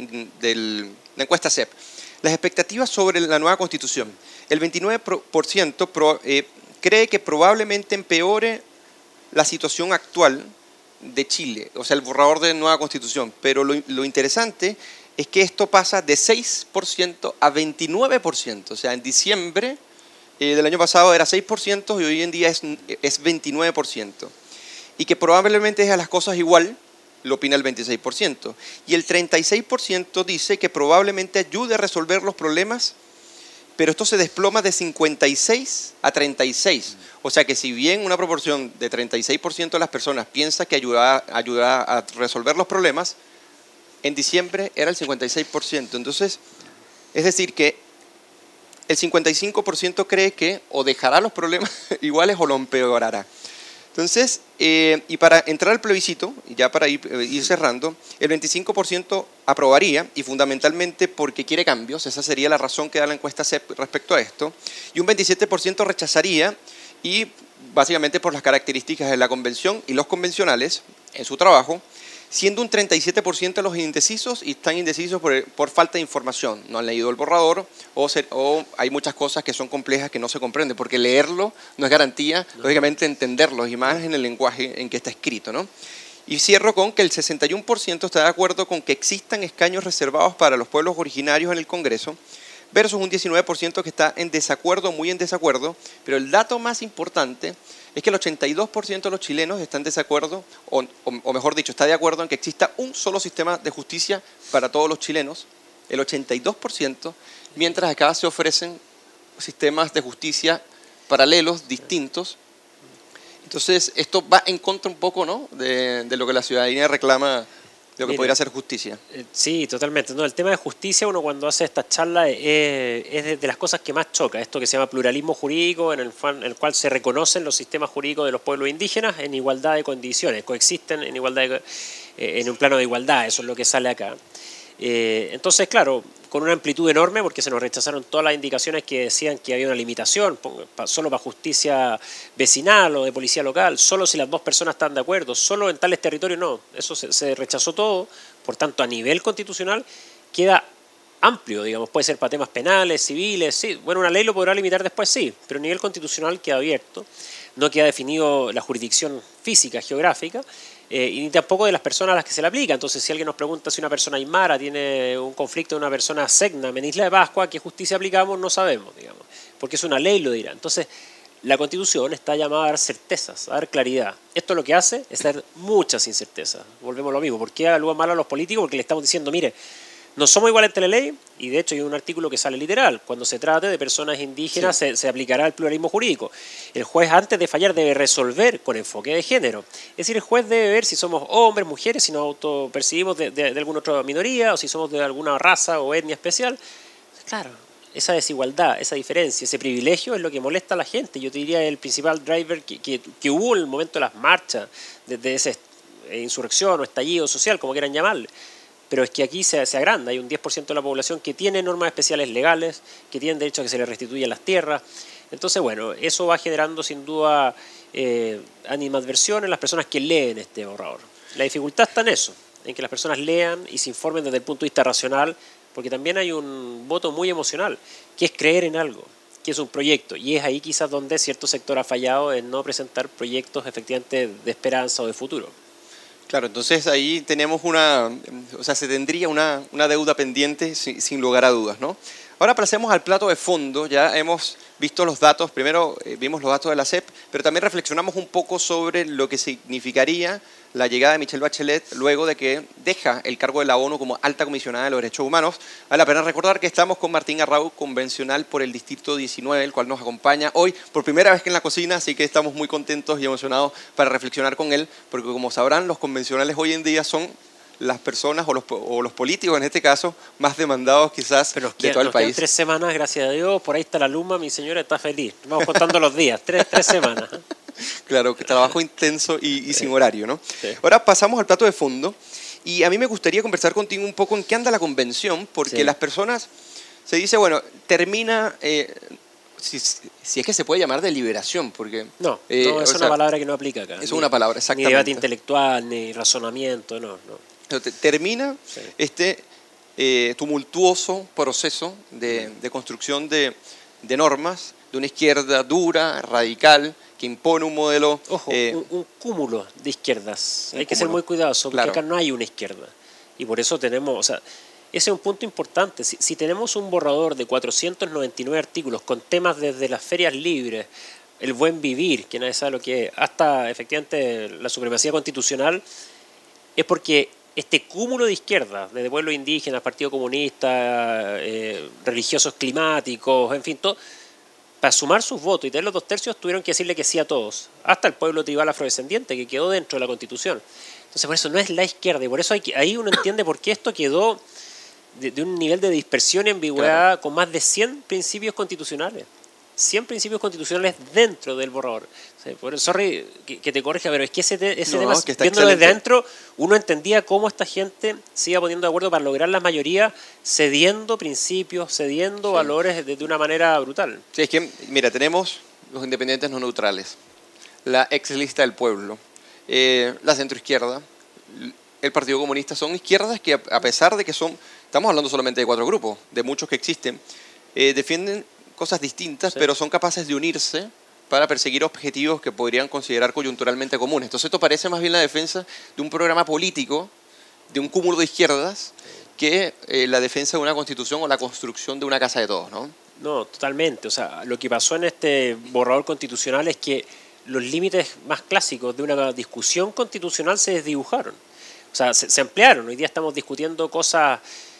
S1: la encuesta CEP. Las expectativas sobre la nueva Constitución. El 29% cree que probablemente empeore la situación actual de Chile, o sea, el borrador de nueva Constitución. Pero lo interesante es que esto pasa de 6% a 29%. O sea, en diciembre del año pasado era 6% y hoy en día es 29%. Y que probablemente deja las cosas igual, lo opina el 26%. Y el 36% dice que probablemente ayude a resolver los problemas, pero esto se desploma de 56 a 36. O sea que si bien una proporción de 36% de las personas piensa que ayudará a resolver los problemas, en diciembre era el 56%. Entonces, es decir que el 55% cree que o dejará los problemas iguales o lo empeorará. Entonces, y para entrar al plebiscito, y ya para ir cerrando, el 25% aprobaría, y fundamentalmente porque quiere cambios, esa sería la razón que da la encuesta CEP respecto a esto, y un 27% rechazaría, y básicamente por las características de la convención y los convencionales en su trabajo, siendo un 37% de los indecisos y están indecisos por falta de información. No han leído el borrador o hay muchas cosas que son complejas que no se comprenden, porque leerlo no es garantía, lógicamente, entenderlo y más en el lenguaje en que está escrito, ¿no? Y cierro con que el 61% está de acuerdo con que existan escaños reservados para los pueblos originarios en el Congreso, versus un 19% que está en desacuerdo, muy en desacuerdo. Pero el dato más importante es que el 82% de los chilenos están en desacuerdo, o mejor dicho, está de acuerdo en que exista un solo sistema de justicia para todos los chilenos, el 82%, mientras acá se ofrecen sistemas de justicia paralelos, distintos. Entonces, esto va en contra un poco, ¿no?, de lo que la ciudadanía reclama, de lo que podría ser justicia.
S2: Sí, totalmente. No, el tema de justicia, uno cuando hace esta charla es de las cosas que más choca, esto que se llama pluralismo jurídico, en el cual se reconocen los sistemas jurídicos de los pueblos indígenas en igualdad de condiciones, coexisten en igualdad en un plano de igualdad, eso es lo que sale acá. Entonces, claro, con una amplitud enorme, porque se nos rechazaron todas las indicaciones que decían que había una limitación, solo para justicia vecinal o de policía local, solo si las dos personas están de acuerdo, solo en tales territorios no, eso se rechazó todo. Por tanto, a nivel constitucional queda amplio, digamos, puede ser para temas penales, civiles, sí, bueno, una ley lo podrá limitar después, sí, pero a nivel constitucional queda abierto, no queda definido la jurisdicción física, geográfica, y ni tampoco de las personas a las que se le aplica. Entonces, si alguien nos pregunta si una persona aymara tiene un conflicto de una persona segna en Isla de Pascua, ¿qué justicia aplicamos? No sabemos, digamos, porque es una ley, lo dirá. Entonces, la Constitución está llamada a dar certezas, a dar claridad. Esto lo que hace es dar muchas incertezas. Volvemos a lo mismo. ¿Por qué algo mal a los políticos? Porque le estamos diciendo, mire, no somos iguales ante la ley, y de hecho hay un artículo que sale literal. Cuando se trate de personas indígenas, sí, se aplicará el pluralismo jurídico. El juez, antes de fallar, debe resolver con enfoque de género. Es decir, el juez debe ver si somos hombres, mujeres, si nos autopercibimos de alguna otra minoría, o si somos de alguna raza o etnia especial. Claro, esa desigualdad, esa diferencia, ese privilegio es lo que molesta a la gente. Yo te diría el principal driver que hubo en el momento de las marchas, de esa insurrección o estallido social, como quieran llamarle. Pero es que aquí se agranda, hay un 10% de la población que tiene normas especiales legales, que tienen derecho a que se les restituyan las tierras. Entonces, bueno, eso va generando sin duda animadversión en las personas que leen este borrador. La dificultad está en eso, en que las personas lean y se informen desde el punto de vista racional, porque también hay un voto muy emocional, que es creer en algo, que es un proyecto. Y es ahí quizás donde cierto sector ha fallado en no presentar proyectos efectivamente de esperanza o de futuro.
S1: Claro, entonces ahí tenemos se tendría una deuda pendiente sin lugar a dudas, ¿no? Ahora pasemos al plato de fondo. Ya hemos visto los datos, primero vimos los datos de la SEP, pero también reflexionamos un poco sobre lo que significaría la llegada de Michelle Bachelet luego de que deja el cargo de la ONU como alta comisionada de los derechos humanos. Vale la pena recordar que estamos con Martín Arrau, convencional por el Distrito 19, el cual nos acompaña hoy por primera vez que en la cocina, así que estamos muy contentos y emocionados para reflexionar con él, porque como sabrán, los convencionales hoy en día son las personas o los políticos en este caso más demandados quizás de todo el país.
S2: 3 semanas, gracias a Dios, por ahí está la Luma, mi señora está feliz. Vamos contando los días, 3 semanas.
S1: Claro, que trabajo intenso y sin horario, ¿no?
S2: Sí.
S1: Ahora pasamos al plato de fondo y a mí me gustaría conversar contigo un poco en qué anda la convención, porque las personas, se dice, bueno, termina, si es que se puede llamar deliberación, porque...
S2: No, es una palabra que no aplica acá.
S1: Es una palabra, exactamente.
S2: Ni debate intelectual, ni razonamiento, no.
S1: Termina este tumultuoso proceso de construcción de normas de una izquierda dura, radical, que impone un modelo...
S2: Ojo, un cúmulo de izquierdas. Hay que ser muy cuidadoso, porque
S1: claro,
S2: acá no hay una izquierda. Y por eso tenemos... O sea, ese es un punto importante. Si tenemos un borrador de 499 artículos con temas desde las ferias libres, el buen vivir, que nadie sabe lo que es, hasta efectivamente la supremacía constitucional, es porque este cúmulo de izquierdas, desde pueblos indígenas, Partido Comunista, religiosos climáticos, en fin, todo, para sumar sus votos y tener los 2/3 tuvieron que decirle que sí a todos, hasta el pueblo tribal afrodescendiente que quedó dentro de la Constitución. Entonces por eso no es la izquierda y por eso ahí uno entiende por qué esto quedó de un nivel de dispersión y ambigüedad, claro, con más de 100 principios constitucionales. 100 principios constitucionales dentro del borrador. O sea, sorry que te corrija, pero es que ese tema, viéndolo desde adentro, uno entendía cómo esta gente se iba poniendo de acuerdo para lograr la mayoría, cediendo principios, cediendo valores de una manera brutal.
S1: Sí, es que, mira, tenemos los independientes no neutrales, la ex lista del pueblo, la centroizquierda, el Partido Comunista, son izquierdas que a pesar de que estamos hablando solamente de 4 grupos, de muchos que existen, defienden cosas distintas, pero son capaces de unirse para perseguir objetivos que podrían considerar coyunturalmente comunes. Entonces esto parece más bien la defensa de un programa político, de un cúmulo de izquierdas, que la defensa de una constitución o la construcción de una casa de todos, ¿no?
S2: No, totalmente. O sea, lo que pasó en este borrador constitucional es que los límites más clásicos de una discusión constitucional se desdibujaron. O sea, se ampliaron. Hoy día estamos discutiendo cosas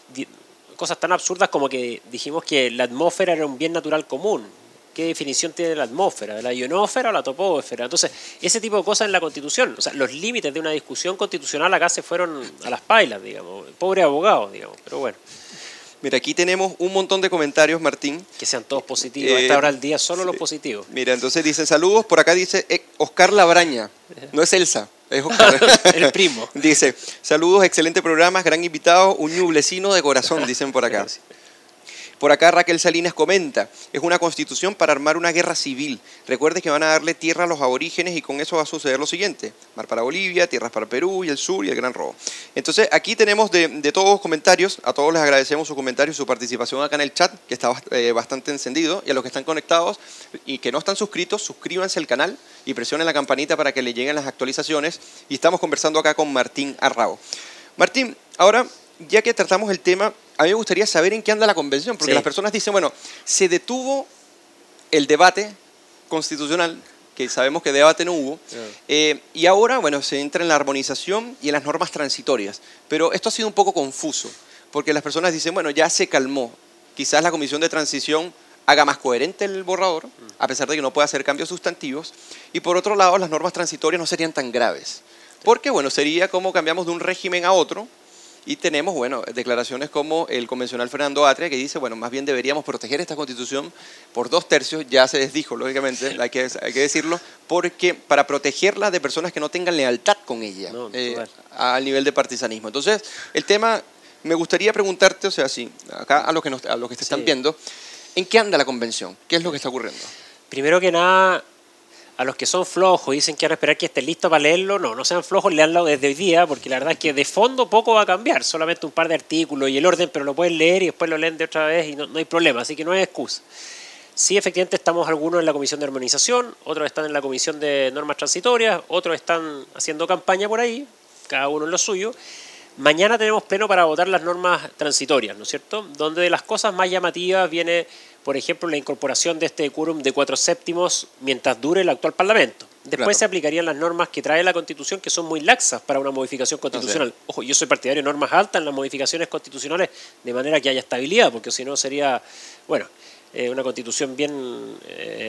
S2: tan absurdas como que dijimos que la atmósfera era un bien natural común. ¿Qué definición tiene la atmósfera? ¿La ionósfera o la topósfera? Entonces, ese tipo de cosas en la Constitución. O sea, los límites de una discusión constitucional acá se fueron a las pailas, digamos. Pobre abogado, digamos. Pero bueno.
S1: Mira, aquí tenemos un montón de comentarios, Martín.
S2: Que sean todos positivos. A esta hora del día solo los positivos.
S1: Mira, entonces dicen saludos. Por acá dice Oscar Labraña. No es Elsa, es Oscar.
S2: El primo.
S1: Dice, saludos, excelente programa, gran invitado, un ñublecino de corazón, dicen por acá. Por acá Raquel Salinas comenta, es una constitución para armar una guerra civil. Recuerde que van a darle tierra a los aborígenes y con eso va a suceder lo siguiente. Mar para Bolivia, tierras para Perú y el sur y el Gran Robo. Entonces aquí tenemos de todos los comentarios, a todos les agradecemos su comentario y su participación acá en el chat, que está bastante encendido. Y a los que están conectados y que no están suscritos, suscríbanse al canal y presionen la campanita para que le lleguen las actualizaciones. Y estamos conversando acá con Martín Arrao. Martín, ahora, ya que tratamos el tema, a mí me gustaría saber en qué anda la convención, porque las personas dicen, bueno, se detuvo el debate constitucional, que sabemos que debate no hubo, y ahora, bueno, se entra en la armonización y en las normas transitorias. Pero esto ha sido un poco confuso, porque las personas dicen, bueno, ya se calmó, quizás la comisión de transición haga más coherente el borrador, a pesar de que no pueda hacer cambios sustantivos, y por otro lado, las normas transitorias no serían tan graves, porque, bueno, sería como cambiamos de un régimen a otro. Y tenemos, bueno, declaraciones como el convencional Fernando Atria, que dice, bueno, más bien deberíamos proteger esta Constitución por 2/3, ya se desdijo, lógicamente, hay que decirlo, porque para protegerla de personas que no tengan lealtad con ella, al nivel de partisanismo. Entonces, el tema, me gustaría preguntarte, o sea, sí, acá a los que te están viendo, ¿en qué anda la convención? ¿Qué es lo que está ocurriendo?
S2: Primero que nada, a los que son flojos y dicen que van a esperar que esté listo para leerlo, no sean flojos, leanlo desde hoy día, porque la verdad es que de fondo poco va a cambiar, solamente un par de artículos y el orden, pero lo pueden leer y después lo leen de otra vez y no hay problema, así que no hay excusa. Sí, efectivamente estamos algunos en la comisión de armonización, otros están en la comisión de normas transitorias, otros están haciendo campaña por ahí, cada uno en lo suyo. Mañana tenemos pleno para votar las normas transitorias, ¿no es cierto? Donde de las cosas más llamativas viene, por ejemplo, la incorporación de este quórum de 4/7 mientras dure el actual Parlamento. Después se aplicarían las normas que trae la Constitución, que son muy laxas para una modificación constitucional. Ojo, yo soy partidario de normas altas en las modificaciones constitucionales, de manera que haya estabilidad, porque si no sería, bueno, una Constitución bien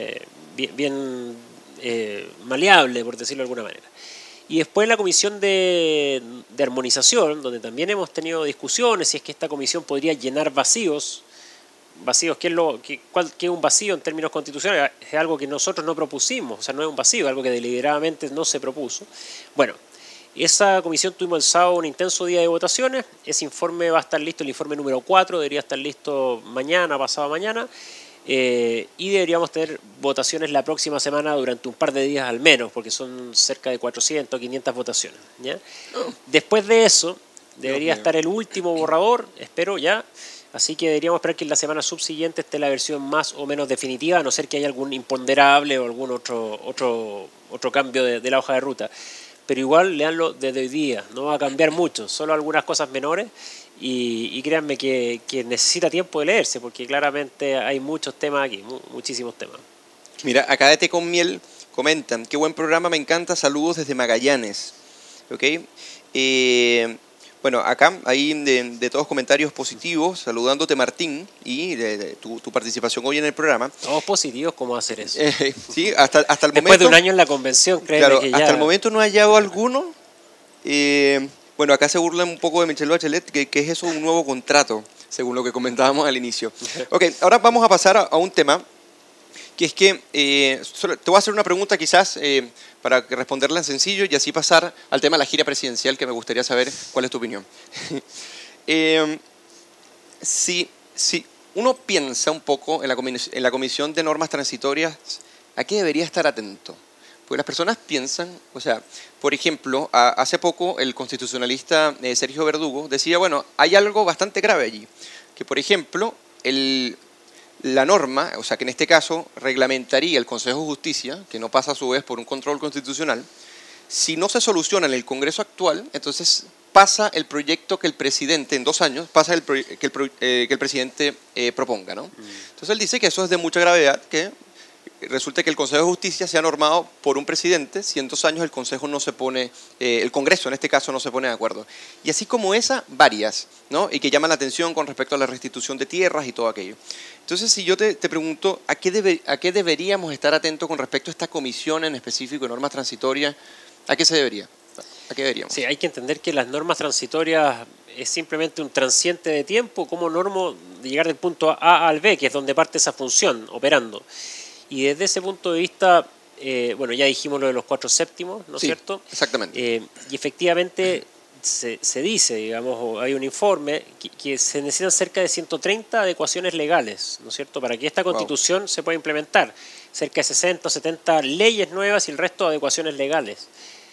S2: maleable, por decirlo de alguna manera. Y después la comisión de armonización, donde también hemos tenido discusiones si es que esta comisión podría llenar vacíos. ¿Qué es un vacío en términos constitucionales? Es algo que nosotros no propusimos, o sea, no es un vacío, es algo que deliberadamente no se propuso. Bueno, esa comisión tuvimos el sábado un intenso día de votaciones, ese informe va a estar listo, el informe número 4, debería estar listo mañana, pasado mañana, y deberíamos tener votaciones la próxima semana durante un par de días al menos, porque son cerca de 400, 500 votaciones, ¿ya? Después de eso, debería estar el último borrador, espero ya. Así que deberíamos esperar que en la semana subsiguiente esté la versión más o menos definitiva, a no ser que haya algún imponderable o algún otro cambio de la hoja de ruta. Pero igual, leanlo desde hoy día, no va a cambiar mucho, solo algunas cosas menores. Y créanme que necesita tiempo de leerse, porque claramente hay muchos temas aquí, muchísimos temas.
S1: Mira, acá de Té con Miel comentan, qué buen programa, me encanta, saludos desde Magallanes. ¿Ok? Bueno, acá hay de todos comentarios positivos, saludándote Martín y de tu participación hoy en el programa.
S2: Todos positivos, ¿cómo hacer eso?
S1: Sí, hasta el momento.
S2: Después de un año en la convención,
S1: claro, que ya. Hasta el momento no he hallado alguno. Bueno, acá se burlan un poco de Michelle Bachelet, que es eso un nuevo contrato, según lo que comentábamos al inicio. Ok, ahora vamos a pasar a un tema, que es que te voy a hacer una pregunta quizás para responderla en sencillo y así pasar al tema de la gira presidencial, que me gustaría saber cuál es tu opinión. Si uno piensa un poco en la Comisión de Normas Transitorias, ¿a qué debería estar atento? Porque las personas piensan, o sea, por ejemplo, hace poco el constitucionalista Sergio Verdugo decía, bueno, hay algo bastante grave allí, que por ejemplo, la norma, o sea, que en este caso reglamentaría el Consejo de Justicia, que no pasa a su vez por un control constitucional, si no se soluciona en el Congreso actual, entonces pasa el proyecto que el presidente, en 2 años, pasa que el presidente proponga, ¿no? Entonces él dice que eso es de mucha gravedad, que resulta que el Consejo de Justicia sea normado por un presidente, si en 2 años el Consejo no se pone, el Congreso en este caso no se pone de acuerdo. Y así como esa, varias, ¿no? Y que llaman la atención con respecto a la restitución de tierras y todo aquello. Entonces, si yo te pregunto, ¿a qué deberíamos estar atentos con respecto a esta comisión en específico de normas transitorias? ¿A qué se debería? ¿A qué deberíamos?
S2: Sí, hay que entender que las normas transitorias es simplemente un transiente de tiempo como norma de llegar del punto A al B, que es donde parte esa función operando. Y desde ese punto de vista, bueno, ya dijimos lo de los 4/7, ¿no es cierto?
S1: Exactamente.
S2: Y efectivamente se dice, digamos, hay un informe que se necesitan cerca de 130 adecuaciones legales, ¿no es cierto?, para que esta Constitución se pueda implementar. Cerca de 60 o 70 leyes nuevas y el resto de adecuaciones legales.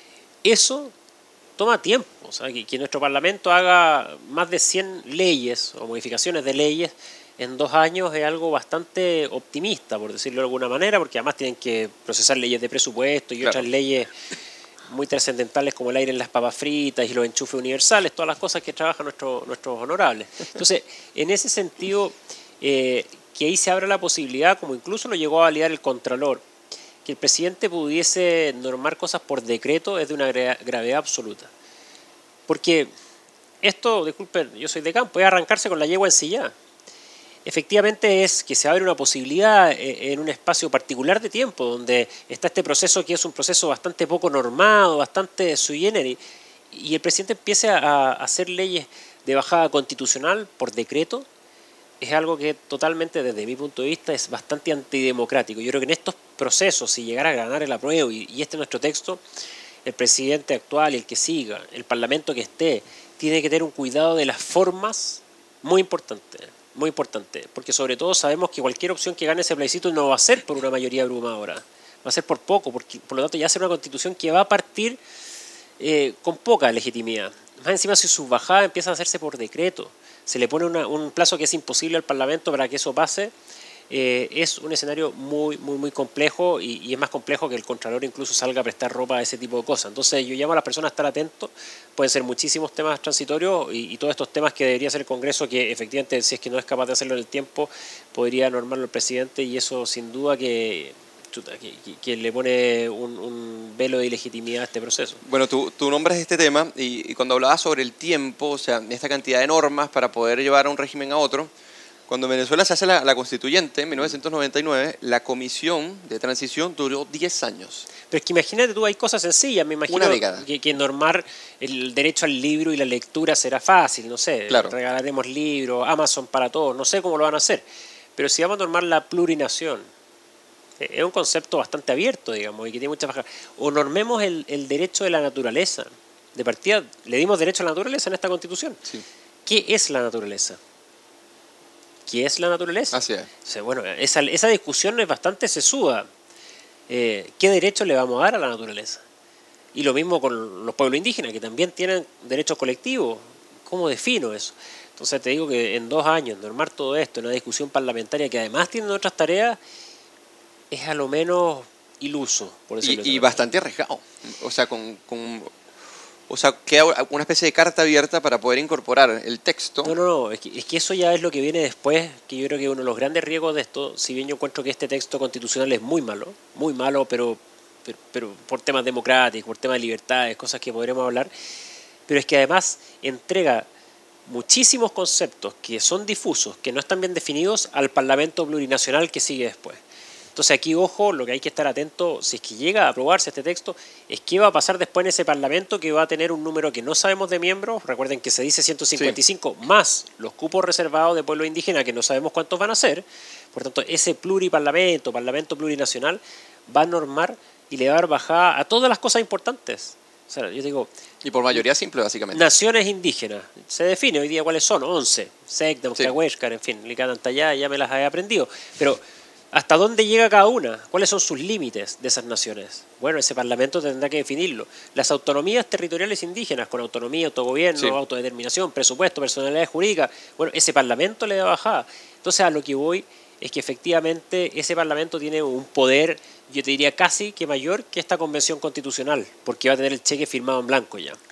S2: Eso toma tiempo, o sea, que nuestro Parlamento haga más de 100 leyes o modificaciones de leyes en 2 años es algo bastante optimista, por decirlo de alguna manera, porque además tienen que procesar leyes de presupuesto y otras leyes muy trascendentales como el aire en las papas fritas y los enchufes universales, todas las cosas que trabajan nuestros honorables. Entonces, en ese sentido, que ahí se abra la posibilidad, como incluso lo llegó a validar el Contralor, que el presidente pudiese normar cosas por decreto es de una gravedad absoluta. Porque esto, disculpen, yo soy de campo, es arrancarse con la yegua ensillada. Efectivamente es que se abre una posibilidad en un espacio particular de tiempo, donde está este proceso que es un proceso bastante poco normado, bastante sui generis, y el presidente empiece a hacer leyes de bajada constitucional por decreto, es algo que totalmente, desde mi punto de vista, es bastante antidemocrático. Yo creo que en estos procesos, si llegara a ganar el apruebo, y este es nuestro texto, el presidente actual y el que siga, el parlamento que esté, tiene que tener un cuidado de las formas muy importante, porque sobre todo sabemos que cualquier opción que gane ese plebiscito no va a ser por una mayoría abrumadora, va a ser por poco, porque por lo tanto ya será una constitución que va a partir con poca legitimidad. Más encima, si su bajada empieza a hacerse por decreto, se le pone un plazo que es imposible al Parlamento para que eso pase, es un escenario muy complejo y es más complejo que el Contralor incluso salga a prestar ropa a ese tipo de cosas. Entonces yo llamo a las personas a estar atentos, pueden ser muchísimos temas transitorios y todos estos temas que debería hacer el Congreso, que efectivamente si es que no es capaz de hacerlo en el tiempo, podría normarlo el presidente, y eso sin duda que le pone un velo de ilegitimidad a este proceso.
S1: Bueno, tú nombras este tema y cuando hablabas sobre el tiempo, o sea, esta cantidad de normas para poder llevar a un régimen a otro, cuando en Venezuela se hace la constituyente en 1999, la comisión de transición duró 10 años.
S2: Pero es que imagínate tú, hay cosas sencillas, me imagino
S1: Una década.
S2: Que normar el derecho al libro y la lectura será fácil, no sé, regalaremos libros, Amazon para todos, no sé cómo lo van a hacer, pero si vamos a normar la plurinación, es un concepto bastante abierto, digamos, y que tiene muchas bajas. O normemos el derecho de la naturaleza. De partida, le dimos derecho a la naturaleza en esta Constitución.
S1: Sí.
S2: ¿Qué es la naturaleza? ¿Qué es la naturaleza?
S1: Así es.
S2: O sea, bueno, esa discusión es bastante sesuda. ¿Qué derecho le vamos a dar a la naturaleza? Y lo mismo con los pueblos indígenas, que también tienen derechos colectivos. ¿Cómo defino eso? Entonces te digo que en 2 años normar todo esto en una discusión parlamentaria que además tiene otras tareas, es a lo menos iluso, por decirlo así.
S1: Y bastante arriesgado. O sea, queda una especie de carta abierta para poder incorporar el texto.
S2: No, es que eso ya es lo que viene después, que yo creo que uno de los grandes riesgos de esto, si bien yo encuentro que este texto constitucional es muy malo, pero por temas democráticos, por temas de libertades, cosas que podremos hablar, pero es que además entrega muchísimos conceptos que son difusos, que no están bien definidos al Parlamento plurinacional que sigue después. Entonces aquí, ojo, lo que hay que estar atento, si es que llega a aprobarse este texto, es qué va a pasar después en ese Parlamento, que va a tener un número que no sabemos de miembros. Recuerden que se dice 155, sí, más los cupos reservados de pueblos indígenas, que no sabemos cuántos van a ser. Por tanto, ese parlamento plurinacional, va a normar y le va a dar bajada a todas las cosas importantes. O sea, yo digo...
S1: Y por mayoría simple, básicamente.
S2: Naciones indígenas. Se define hoy día cuáles son, 11. Secdam, Cahuéscar, en fin, Licantantayá, ya me las he aprendido. Pero... ¿hasta dónde llega cada una? ¿Cuáles son sus límites de esas naciones? Bueno, ese Parlamento tendrá que definirlo. Las autonomías territoriales indígenas, con autonomía, autogobierno, autodeterminación, presupuesto, personalidad jurídica, bueno, ese Parlamento le da bajada. Entonces, a lo que voy es que efectivamente ese Parlamento tiene un poder, yo te diría casi que mayor que esta Convención Constitucional, porque va a tener el cheque firmado en blanco ya.
S1: Claro.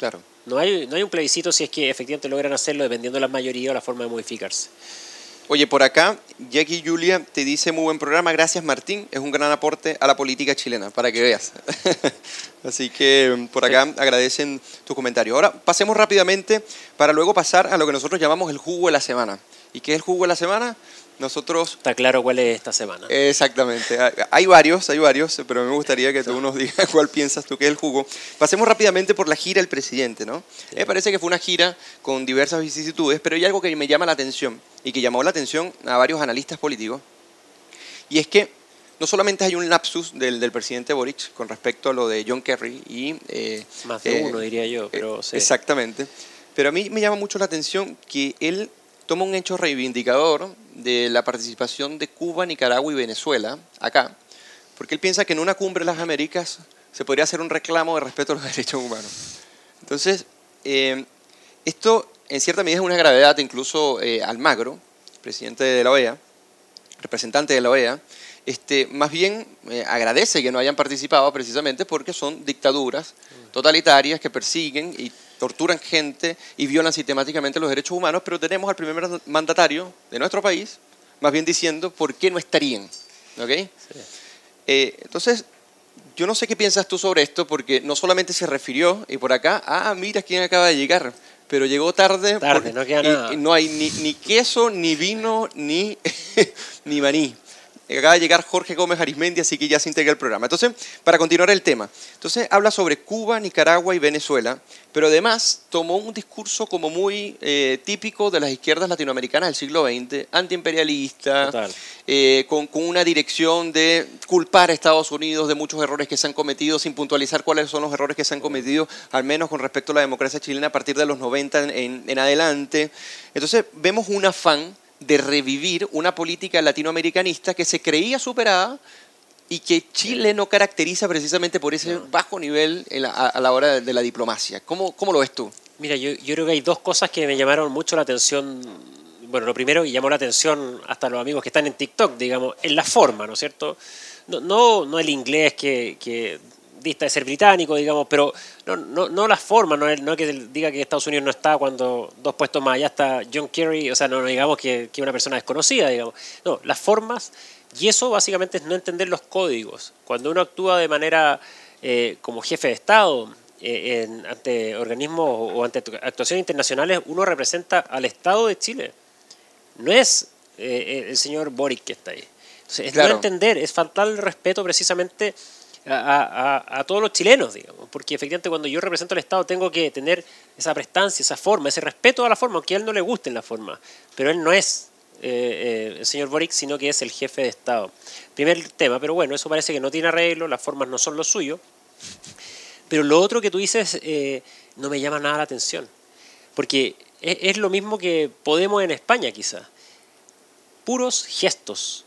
S2: No hay un plebiscito si es que efectivamente logran hacerlo dependiendo de la mayoría o la forma de modificarse.
S1: Oye, por acá, Jackie Julia te dice muy buen programa, gracias Martín, es un gran aporte a la política chilena, para que veas. Así que por acá agradecen tu comentario. Ahora pasemos rápidamente para luego pasar a lo que nosotros llamamos el jugo de la semana. ¿Y qué es el jugo de la semana? Nosotros...
S2: Está claro cuál es esta semana.
S1: Exactamente. Hay varios, pero me gustaría que tú nos digas cuál piensas tú que es el jugo. Pasemos rápidamente por la gira del presidente, ¿no?
S2: Sí.
S1: Me parece que fue una gira con diversas vicisitudes, pero hay algo que me llama la atención y que llamó la atención a varios analistas políticos, y es que no solamente hay un lapsus del presidente Boric con respecto a lo de John Kerry y...
S2: Más de uno, diría yo, pero sí.
S1: Exactamente. Pero a mí me llama mucho la atención que él toma un hecho reivindicador de la participación de Cuba, Nicaragua y Venezuela acá, porque él piensa que en una cumbre de las Américas se podría hacer un reclamo de respeto a los derechos humanos. Entonces, esto en cierta medida es una gravedad incluso Almagro, presidente de la OEA, representante de la OEA, más bien agradece que no hayan participado precisamente porque son dictaduras totalitarias que persiguen y torturan gente y violan sistemáticamente los derechos humanos, pero tenemos al primer mandatario de nuestro país más bien diciendo por qué no estarían. ¿Okay? Sí. Entonces, yo no sé qué piensas tú sobre esto, porque no solamente se refirió, y por acá, mira quién acaba de llegar, pero llegó tarde
S2: no queda nada.
S1: No hay ni queso, ni vino, ni maní. Acaba de llegar Jorge Gómez Arismendi, así que ya se integra el programa. Entonces, para continuar el tema, entonces habla sobre Cuba, Nicaragua y Venezuela, pero además tomó un discurso como muy típico de las izquierdas latinoamericanas del siglo XX, antiimperialista, con una dirección de culpar a Estados Unidos de muchos errores que se han cometido, sin puntualizar cuáles son los errores que se han cometido, al menos con respecto a la democracia chilena a partir de los 90 en adelante. Entonces, vemos un afán de revivir una política latinoamericanista que se creía superada y que Chile no caracteriza precisamente por ese bajo nivel a la hora de la diplomacia. ¿Cómo lo ves tú?
S2: Mira, yo creo que hay dos cosas que me llamaron mucho la atención. Bueno, lo primero, y llamó la atención hasta los amigos que están en TikTok, digamos, en la forma, ¿no es cierto? No el inglés que dista de ser británico, digamos, pero no la forma, no que diga que Estados Unidos no está cuando 2 puestos más allá está John Kerry, o sea, no digamos que una persona desconocida, digamos. No, las formas, y eso básicamente es no entender los códigos. Cuando uno actúa de manera como jefe de Estado ante organismos o ante actuaciones internacionales, uno representa al Estado de Chile. No es el señor Boric que está ahí. Entonces, es claro. No entender, es faltar el respeto precisamente a todos los chilenos, digamos, porque efectivamente cuando yo represento al Estado tengo que tener esa prestancia, esa forma, ese respeto a la forma, aunque a él no le guste la forma, pero él no es el señor Boric, sino que es el jefe de Estado. Primer tema, pero bueno, eso parece que no tiene arreglo, las formas no son lo suyo, pero lo otro que tú dices no me llama nada la atención, porque es lo mismo que Podemos en España quizás, puros gestos,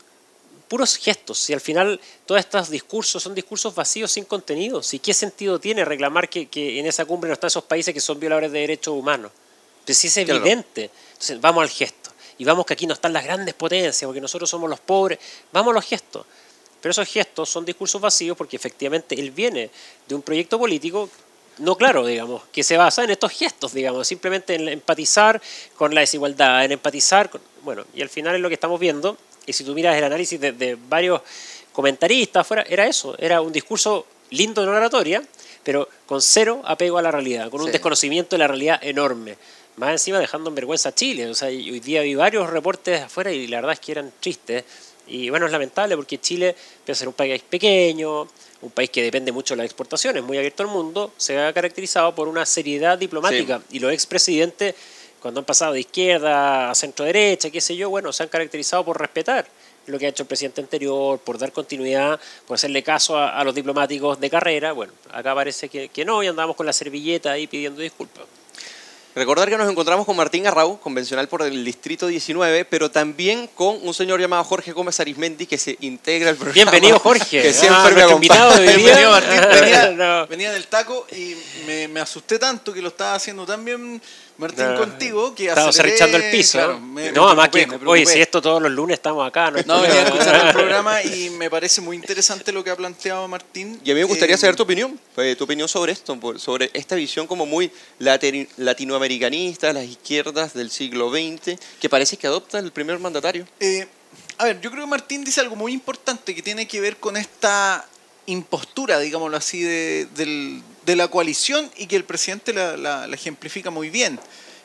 S2: si al final todos estos discursos son discursos vacíos sin contenido. ¿Sí? ¿Qué sentido tiene reclamar que en esa cumbre no están esos países que son violadores de derechos humanos? Pues sí es evidente. Entonces vamos al gesto. Y vamos que aquí no están las grandes potencias, porque nosotros somos los pobres. Vamos a los gestos. Pero esos gestos son discursos vacíos porque efectivamente él viene de un proyecto político, no claro, digamos, que se basa en estos gestos, digamos, simplemente en empatizar con la desigualdad, en empatizar con... Bueno, y al final es lo que estamos viendo. Y si tú miras el análisis de varios comentaristas afuera, era eso, era un discurso lindo en oratoria, pero con cero apego a la realidad, con un desconocimiento de la realidad enorme. Más encima dejando en vergüenza a Chile. O sea, hoy día vi varios reportes afuera y la verdad es que eran tristes. Y bueno, es lamentable porque Chile, pese a ser un país pequeño, un país que depende mucho de las exportaciones, muy abierto al mundo, se ha caracterizado por una seriedad diplomática. Sí. Y los expresidentes, cuando han pasado de izquierda a centro-derecha, qué sé yo, bueno, se han caracterizado por respetar lo que ha hecho el presidente anterior, por dar continuidad, por hacerle caso a los diplomáticos de carrera. Bueno, acá parece que no, y andamos con la servilleta ahí pidiendo disculpas.
S1: Recordar que nos encontramos con Martín Arrau, convencional por el Distrito 19, pero también con un señor llamado Jorge Gómez Arizmendi que se integra al programa.
S2: Bienvenido, Jorge.
S1: Que siempre me
S2: nuestro invitado
S1: acompaña.
S2: de
S3: Bienvenido,
S2: día.
S3: Martín.
S2: No.
S3: Venía del taco y me asusté tanto que lo estaba haciendo tan bien, Martín,
S2: No.
S3: contigo, que
S2: Estamos
S3: aceleré,
S2: cerrechando el piso.
S3: claro,
S2: ¿no?
S3: me
S2: No, además que,
S3: preocupé.
S2: oye, si esto todos los lunes estamos acá.
S3: No, venía escuchando el programa y me parece muy interesante lo que ha planteado Martín.
S1: Y a mí me gustaría saber tu opinión sobre esto, sobre esta visión como muy latinoamericanista, las izquierdas del siglo XX, que parece que adopta el primer mandatario.
S3: A ver, yo creo que Martín dice algo muy importante que tiene que ver con esta impostura, digámoslo así, de la coalición y que el presidente la ejemplifica muy bien.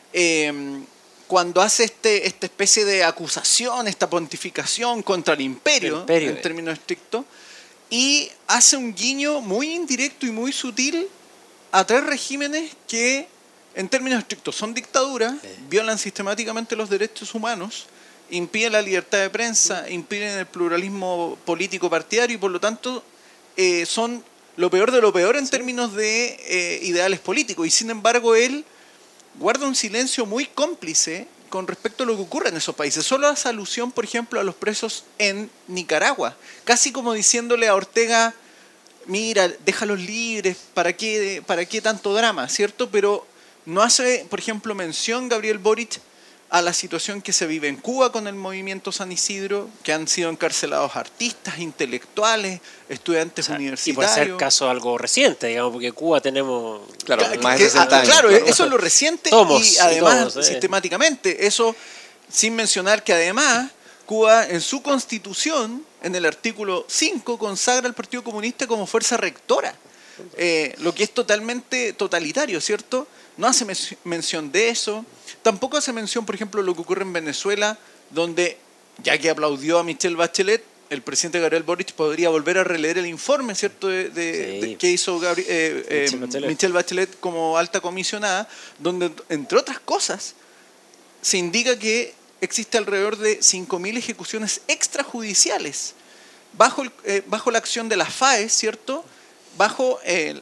S3: Cuando hace esta especie de acusación, esta pontificación contra el imperio. En términos estrictos, y hace un guiño muy indirecto y muy sutil a tres regímenes que, en términos estrictos, son dictaduras, violan sistemáticamente los derechos humanos, impiden la libertad de prensa, impiden el pluralismo político partidario y por lo tanto son lo peor de lo peor en términos de ideales políticos. Y sin embargo él guarda un silencio muy cómplice con respecto a lo que ocurre en esos países. Solo hace alusión, por ejemplo, a los presos en Nicaragua, casi como diciéndole a Ortega, mira, déjalos libres, ¿para qué tanto drama? ¿Cierto? Pero no hace, por ejemplo, mención Gabriel Boric a la situación que se vive en Cuba con el movimiento San Isidro, que han sido encarcelados artistas, intelectuales, estudiantes universitarios.
S2: Y por hacer caso algo reciente, digamos, porque Cuba tenemos...
S1: Claro, más de 60 años.
S3: Claro, eso es lo reciente y además
S2: tomos,
S3: sistemáticamente. Eso sin mencionar que además Cuba en su constitución, en el artículo 5, consagra al Partido Comunista como fuerza rectora, lo que es totalmente totalitario, ¿cierto? No hace mención de eso. Tampoco hace mención, por ejemplo, lo que ocurre en Venezuela, donde, ya que aplaudió a Michelle Bachelet, el presidente Gabriel Boric podría volver a releer el informe, ¿cierto?, que hizo Michelle Bachelet como alta comisionada, donde, entre otras cosas, se indica que existe alrededor de 5.000 ejecuciones extrajudiciales bajo la acción de las FAES, ¿cierto?, bajo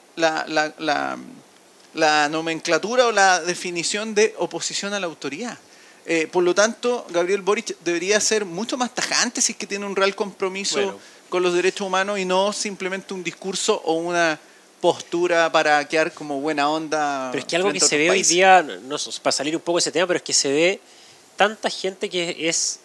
S3: la nomenclatura o la definición de oposición a la autoridad. Por lo tanto, Gabriel Boric debería ser mucho más tajante si es que tiene un real compromiso con los derechos humanos y no simplemente un discurso o una postura para quedar como buena onda.
S2: Pero es que algo que se ve hoy día, no, para salir un poco de ese tema, pero es que se ve tanta gente que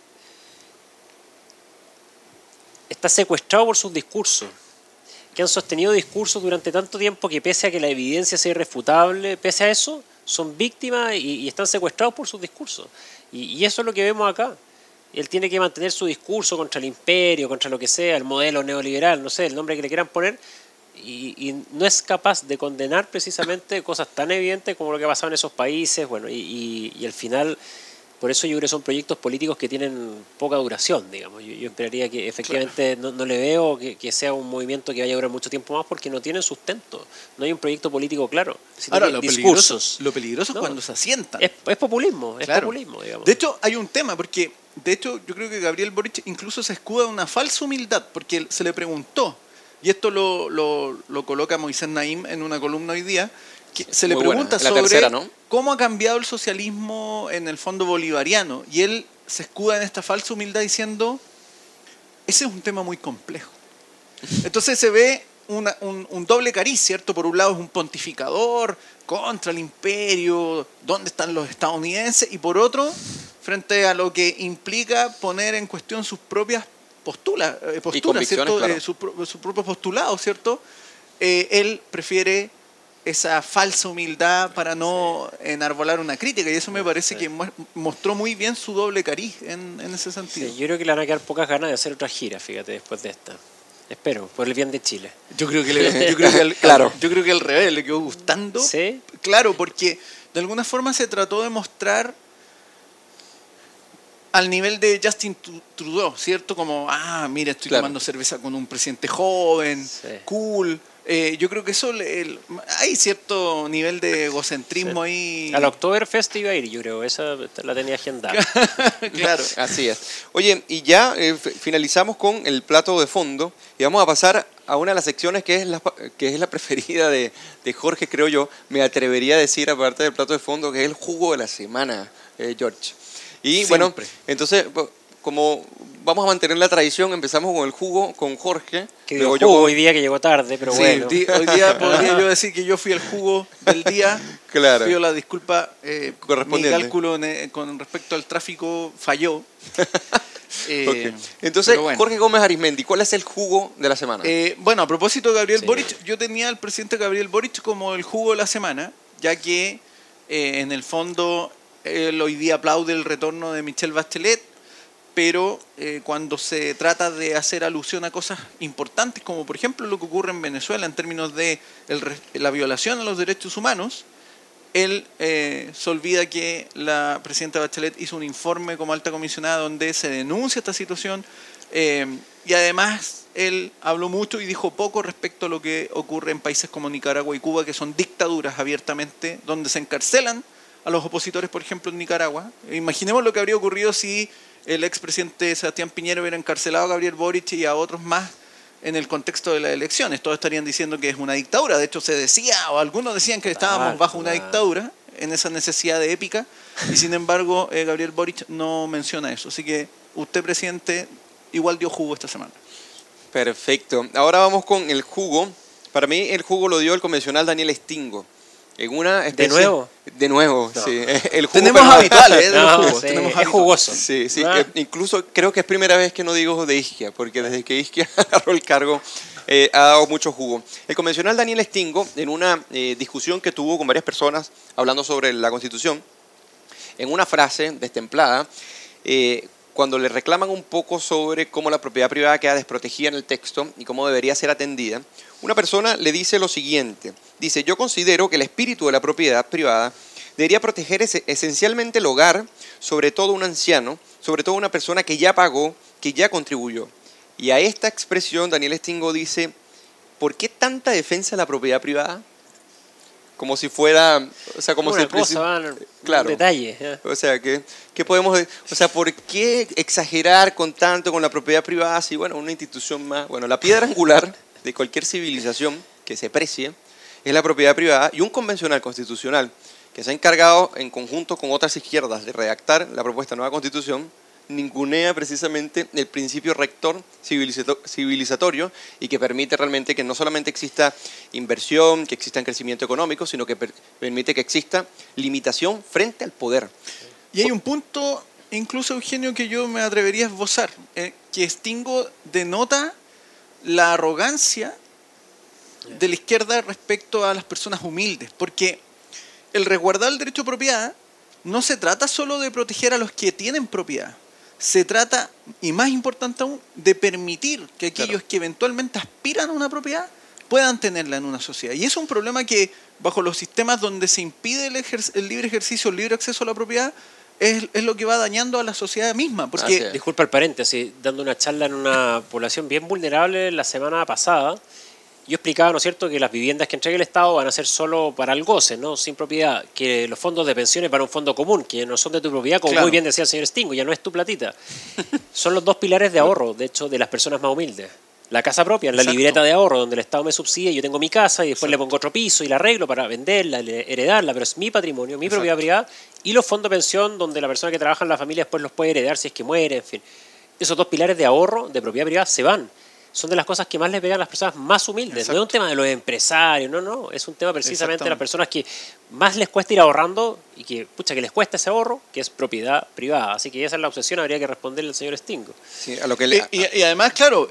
S2: está secuestrado por sus discursos, que han sostenido discursos durante tanto tiempo que pese a que la evidencia sea irrefutable, pese a eso, son víctimas y están secuestrados por sus discursos. Y eso es lo que vemos acá. Él tiene que mantener su discurso contra el imperio, contra lo que sea, el modelo neoliberal, no sé, el nombre que le quieran poner, y no es capaz de condenar precisamente cosas tan evidentes como lo que ha pasado en esos países. Bueno, y al final... Por eso yo creo que son proyectos políticos que tienen poca duración, digamos. Yo esperaría que efectivamente no le veo que sea un movimiento que vaya a durar mucho tiempo más porque no tienen sustento. No hay un proyecto político claro.
S3: Ahora, lo peligroso es cuando se asientan.
S2: Es populismo,
S3: claro.
S2: Populismo, digamos.
S3: De hecho, hay un tema, porque de hecho yo creo que Gabriel Boric incluso se escuda de una falsa humildad, porque se le preguntó, y esto lo coloca Moisés Naim en una columna hoy día, que se le pregunta sobre
S1: tercera, ¿no?,
S3: cómo ha cambiado el socialismo en el fondo bolivariano, y él se escuda en esta falsa humildad diciendo, ese es un tema muy complejo. Entonces se ve un doble cariz, ¿cierto? Por un lado es un pontificador contra el imperio, ¿dónde están los estadounidenses? Y por otro, frente a lo que implica poner en cuestión sus propias posturas, ¿cierto?
S1: Claro.
S3: Su propio postulado, ¿cierto? Él prefiere esa falsa humildad para no enarbolar una crítica, y eso me parece que mostró muy bien su doble cariz en ese sentido.
S2: Sí, yo creo que le van a quedar pocas ganas de hacer otra gira, fíjate, después de esta. Espero, por el bien de Chile.
S3: Yo creo que al revés, le quedó gustando.
S2: ¿Sí?
S3: Claro, porque de alguna forma se trató de mostrar al nivel de Justin Trudeau, ¿cierto? Como, mira, estoy tomando cerveza con un presidente joven, cool, Yo creo que eso hay cierto nivel de egocentrismo ahí.
S2: Al Oktoberfest iba a ir, yo creo, esa la tenía agendada.
S3: Claro.
S1: Así es. Oye, y ya finalizamos con el plato de fondo y vamos a pasar a una de las secciones que es la preferida de Jorge, creo yo. Me atrevería a decir, aparte del plato de fondo, que es el jugo de la semana, George. Y
S3: Siempre.
S1: bueno, entonces, como vamos a mantener la tradición, empezamos con el jugo con Jorge.
S2: Que dio jugo hoy día, que llegó tarde, pero
S3: Sí,
S2: bueno.
S3: hoy día podría yo decir que yo fui el jugo del día.
S1: Claro.
S3: Pido la disculpa. Mi
S1: Correspondiente.
S3: cálculo con respecto al tráfico falló.
S1: Ok. Entonces,
S3: bueno.
S1: Jorge Gómez Arizmendi, ¿cuál es el jugo de la semana?
S3: Bueno, a propósito de Gabriel
S2: Sí.
S3: Boric, yo tenía al presidente Gabriel Boric como el jugo de la semana, ya que en el fondo él hoy día aplaude el retorno de Michelle Bachelet, pero cuando se trata de hacer alusión a cosas importantes, como por ejemplo lo que ocurre en Venezuela en términos de la violación a los derechos humanos, él se olvida que la presidenta Bachelet hizo un informe como alta comisionada donde se denuncia esta situación y además él habló mucho y dijo poco respecto a lo que ocurre en países como Nicaragua y Cuba, que son dictaduras abiertamente, donde se encarcelan a los opositores, por ejemplo, en Nicaragua. Imaginemos lo que habría ocurrido si el expresidente Sebastián Piñera hubiera encarcelado a Gabriel Boric y a otros más en el contexto de las elecciones. Todos estarían diciendo que es una dictadura. De hecho, se decía, o algunos decían que estábamos bajo una dictadura, en esa necesidad de épica, y sin embargo, Gabriel Boric no menciona eso. Así que usted, presidente, igual dio jugo esta semana.
S1: Perfecto. Ahora vamos con el jugo. Para mí, el jugo lo dio el convencional Daniel Stingo. En una especie...
S2: ¿De nuevo?
S1: De nuevo,
S2: No.
S1: sí. El jugo,
S3: Tenemos
S1: pero-
S3: habituales de los
S2: No,
S3: jugos.
S2: sí,
S3: Tenemos
S2: es
S3: habituales.
S2: jugoso.
S1: Sí, sí.
S2: Ah.
S1: Incluso creo que es primera vez que no digo de Isquia, porque desde que Isquia agarró el cargo ha dado mucho jugo. El convencional Daniel Stingo, en una discusión que tuvo con varias personas hablando sobre la Constitución, en una frase destemplada, cuando le reclaman un poco sobre cómo la propiedad privada queda desprotegida en el texto y cómo debería ser atendida, una persona le dice lo siguiente. Dice, yo considero que el espíritu de la propiedad privada debería proteger esencialmente el hogar, sobre todo un anciano, sobre todo una persona que ya pagó, que ya contribuyó. Y a esta expresión Daniel Stingo dice, ¿por qué tanta defensa de la propiedad privada? Como si fuera, o sea, como si
S2: Una
S1: el principio-
S2: cosa,
S1: Claro.
S2: un detalle. ¿eh?
S1: O sea, ¿qué podemos, o sea, ¿por qué exagerar con tanto con la propiedad privada si, bueno, una institución más, bueno, la piedra angular de cualquier civilización que se precie es la propiedad privada y un convencional constitucional que se ha encargado en conjunto con otras izquierdas de redactar la propuesta de nueva constitución ningunea precisamente el principio rector civilizatorio y que permite realmente que no solamente exista inversión, que exista crecimiento económico, sino que permite que exista limitación frente al poder.
S3: Y hay un punto, incluso Eugenio, que yo me atrevería a esbozar, que Stingo denota la arrogancia de la izquierda respecto a las personas humildes, porque el resguardar el derecho a propiedad no se trata solo de proteger a los que tienen propiedad, se trata, y más importante aún, de permitir que aquellos que eventualmente aspiran a una propiedad puedan tenerla en una sociedad. Y es un problema que, bajo los sistemas donde se impide el libre ejercicio, el libre acceso a la propiedad, es lo que va dañando a la sociedad misma.
S1: Así
S3: Porque
S1: es.
S2: Disculpa el paréntesis, dando una charla en una población bien vulnerable la semana pasada, yo explicaba, ¿no es cierto?, que las viviendas que entregue el Estado van a ser solo para el goce, ¿no?, sin propiedad, que los fondos de pensiones van a un fondo común, que no son de tu propiedad, como
S3: Claro.
S2: muy bien decía el señor Stingo, ya no es tu platita. Son los dos pilares de ahorro, de hecho, de las personas más humildes. La casa propia, la
S3: Exacto.
S2: libreta de ahorro, donde el Estado me subsidia, yo tengo mi casa y después le pongo otro piso y la arreglo para venderla, heredarla, pero es mi patrimonio, mi propiedad privada, y los fondos de pensión, donde la persona que trabaja en la familia después los puede heredar si es que muere, en fin. Esos dos pilares de ahorro, de propiedad privada, se van. Son de las cosas que más les pegan a las personas más humildes.
S3: Exacto.
S2: No es un tema de los empresarios, no. Es un tema precisamente de las
S3: Exactamente.
S2: personas que más les cuesta ir ahorrando y que, pucha, que les cuesta ese ahorro, que es propiedad privada. Así que esa es la obsesión, habría que responderle al señor Stingo.
S1: Sí, a lo que le-
S3: y además, claro,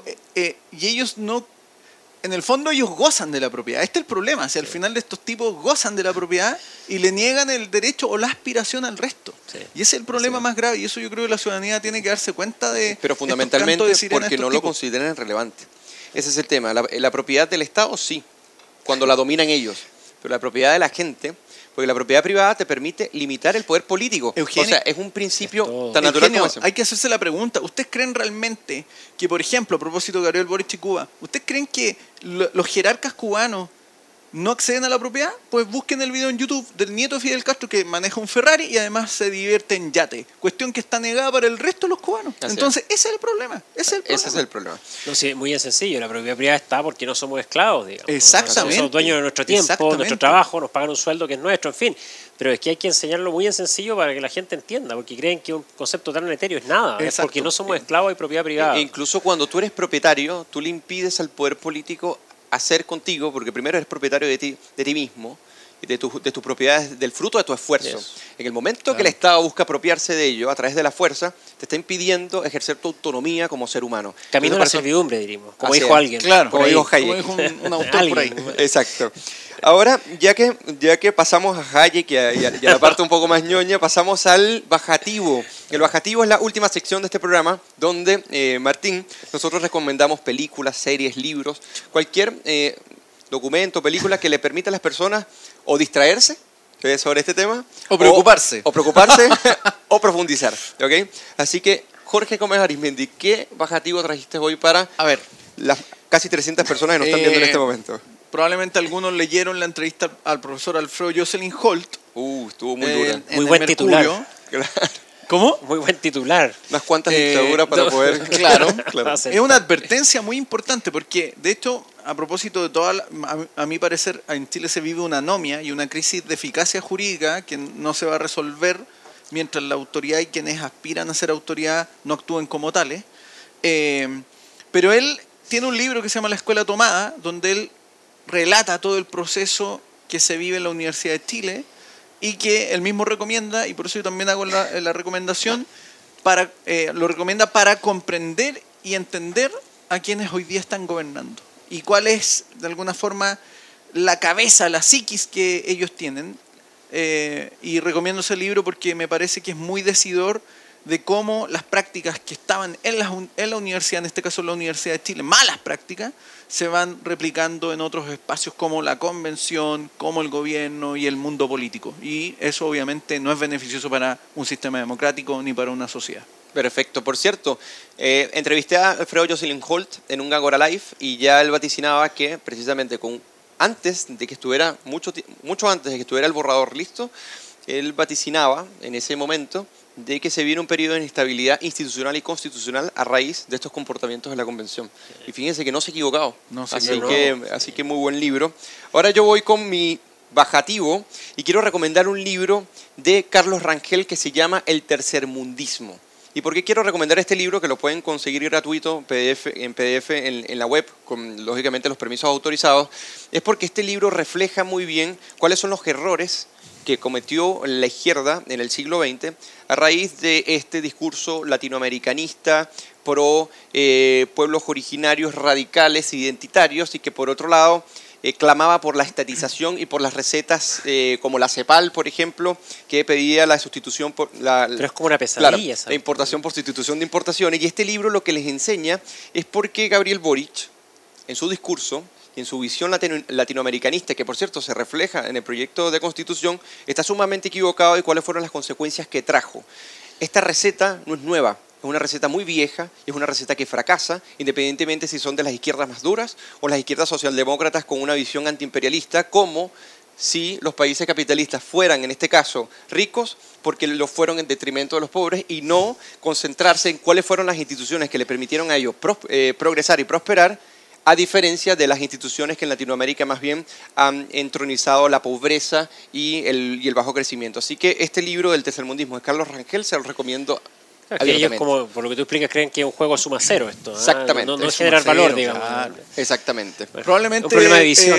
S3: y ellos no... En el fondo ellos gozan de la propiedad. Este es el problema. Si al final estos tipos gozan de la propiedad y le niegan el derecho o la aspiración al resto.
S2: Sí.
S3: Y ese es el problema más grave. Y eso yo creo que la ciudadanía tiene que darse cuenta de...
S1: Pero
S3: estos
S1: fundamentalmente
S3: cantos de sirena de
S1: porque
S3: estos
S1: no lo
S3: tipos.
S1: consideran relevante. Ese es el tema. La propiedad del Estado sí, cuando la dominan ellos. Pero la propiedad de la gente, Porque la propiedad privada te permite limitar el poder político.
S3: Eugenio,
S1: o sea, es un principio
S2: es
S1: tan natural
S3: Eugenio,
S1: como ese.
S3: hay que hacerse la pregunta, ¿ustedes creen realmente que, por ejemplo, a propósito de Gabriel Boric y Cuba, ¿ustedes creen que los jerarcas cubanos no acceden a la propiedad? Pues busquen el video en YouTube del nieto de Fidel Castro que maneja un Ferrari y además se divierte en yate. Cuestión que está negada para el resto de los cubanos.
S1: Así
S3: Entonces, ese es el problema. Ese
S1: es el problema.
S2: No, sí, muy sencillo. La propiedad privada está porque no somos esclavos, digamos.
S3: Exactamente.
S2: Somos dueños de nuestro tiempo,
S3: Exactamente.
S2: nuestro trabajo, nos pagan un sueldo que es nuestro, en fin. Pero es que hay que enseñarlo muy en sencillo para que la gente entienda, porque creen que un concepto tan etéreo es nada. Es
S3: Exacto.
S2: porque no somos esclavos de propiedad privada.
S1: Incluso cuando tú eres propietario, tú le impides al poder político hacer contigo, porque primero eres propietario de ti mismo, de tus propiedades, del fruto de tu esfuerzo.
S2: Yes.
S1: En el momento que el Estado busca apropiarse de ello a través de la fuerza, te está impidiendo ejercer tu autonomía como ser humano.
S2: Camino a la
S1: Entonces,
S2: servidumbre, diríamos, como
S1: Así
S2: dijo
S1: es.
S2: alguien.
S3: Claro,
S1: Como
S2: por ahí.
S1: dijo Hayek.
S3: Como dijo un autor por ahí.
S2: Alguien.
S1: Exacto. Ahora, ya que pasamos a Hayek y a la parte un poco más ñoña, pasamos al bajativo. El bajativo es la última sección de este programa donde, Martín, nosotros recomendamos películas, series, libros, cualquier documento, película que le permita a las personas o distraerse sobre este tema.
S3: O preocuparse.
S1: O preocuparse o profundizar. ¿Ok? Así que, Jorge Gómez Arismendi, ¿qué bajativo trajiste hoy para
S3: A ver,
S1: las casi 300 personas que nos están viendo en este momento?
S3: probablemente algunos leyeron la entrevista al profesor Alfredo Jocelyn Holt.
S1: Estuvo muy dura.
S3: en
S2: Muy
S3: el
S2: buen
S3: Mercurio.
S2: titular.
S1: Claro.
S3: ¿Cómo?
S2: Muy buen titular.
S1: Unas cuantas dictaduras para
S2: no,
S1: poder...
S3: Claro.
S1: Claro.
S3: Es una advertencia muy importante porque, de hecho, a propósito de toda a mi parecer, en Chile se vive una anomia y una crisis de eficacia jurídica que no se va a resolver mientras la autoridad y quienes aspiran a ser autoridad no actúen como tales. Pero él tiene un libro que se llama La Escuela Tomada, donde él relata todo el proceso que se vive en la Universidad de Chile y que él mismo recomienda, y por eso yo también hago la recomendación, lo recomienda para comprender y entender a quienes hoy día están gobernando y cuál es, de alguna forma, la cabeza, la psiquis que ellos tienen. Y recomiendo ese libro porque me parece que es muy decidor de cómo las prácticas que estaban en la universidad, en este caso la Universidad de Chile, malas prácticas, se van replicando en otros espacios como la convención, como el gobierno y el mundo político. Y eso obviamente no es beneficioso para un sistema democrático ni para una sociedad.
S1: Perfecto. Por cierto, entrevisté a Alfredo Jocelyn Holt en un Gagora Live y ya él vaticinaba que precisamente antes de que estuviera, mucho antes de que estuviera el borrador listo, él vaticinaba en ese momento de que se viene un periodo de inestabilidad institucional y constitucional a raíz de estos comportamientos de la Convención. Y fíjense que no se ha equivocado.
S3: No se
S1: Así que muy buen libro. Ahora yo voy con mi bajativo y quiero recomendar un libro de Carlos Rangel que se llama El tercermundismo. ¿Y por qué quiero recomendar este libro? Que lo pueden conseguir gratuito en PDF en la web, con lógicamente los permisos autorizados. Es porque este libro refleja muy bien cuáles son los errores que cometió la izquierda en el siglo XX a raíz de este discurso latinoamericanista pro pueblos originarios radicales identitarios y que por otro lado clamaba por la estatización y por las recetas como la CEPAL, por ejemplo, que pedía la sustitución por
S2: Pero es como una pesadilla.
S1: claro,
S2: ¿sabes?
S1: la importación por sustitución de importaciones. Y este libro lo que les enseña es por qué Gabriel Boric, en su discurso, y en su visión latinoamericanista, que por cierto se refleja en el proyecto de Constitución, está sumamente equivocado de cuáles fueron las consecuencias que trajo. Esta receta no es nueva, es una receta muy vieja, es una receta que fracasa, independientemente si son de las izquierdas más duras o las izquierdas socialdemócratas con una visión antiimperialista, como si los países capitalistas fueran, en este caso, ricos, porque lo fueron en detrimento de los pobres, y no concentrarse en cuáles fueron las instituciones que le permitieron a ellos progresar y prosperar, a diferencia de las instituciones que en Latinoamérica más bien han entronizado la pobreza y el bajo crecimiento. Así que este libro del tercermundismo de Carlos Rangel se lo recomiendo
S2: Es que ellos,
S1: abiertamente.
S2: como por lo que tú explicas, creen que es un juego suma cero esto.
S1: Exactamente.
S2: No
S3: Es
S2: generar
S3: suma
S2: valor,
S3: cero,
S2: digamos.
S3: claro.
S1: Exactamente.
S3: Probablemente
S2: Un problema de visión.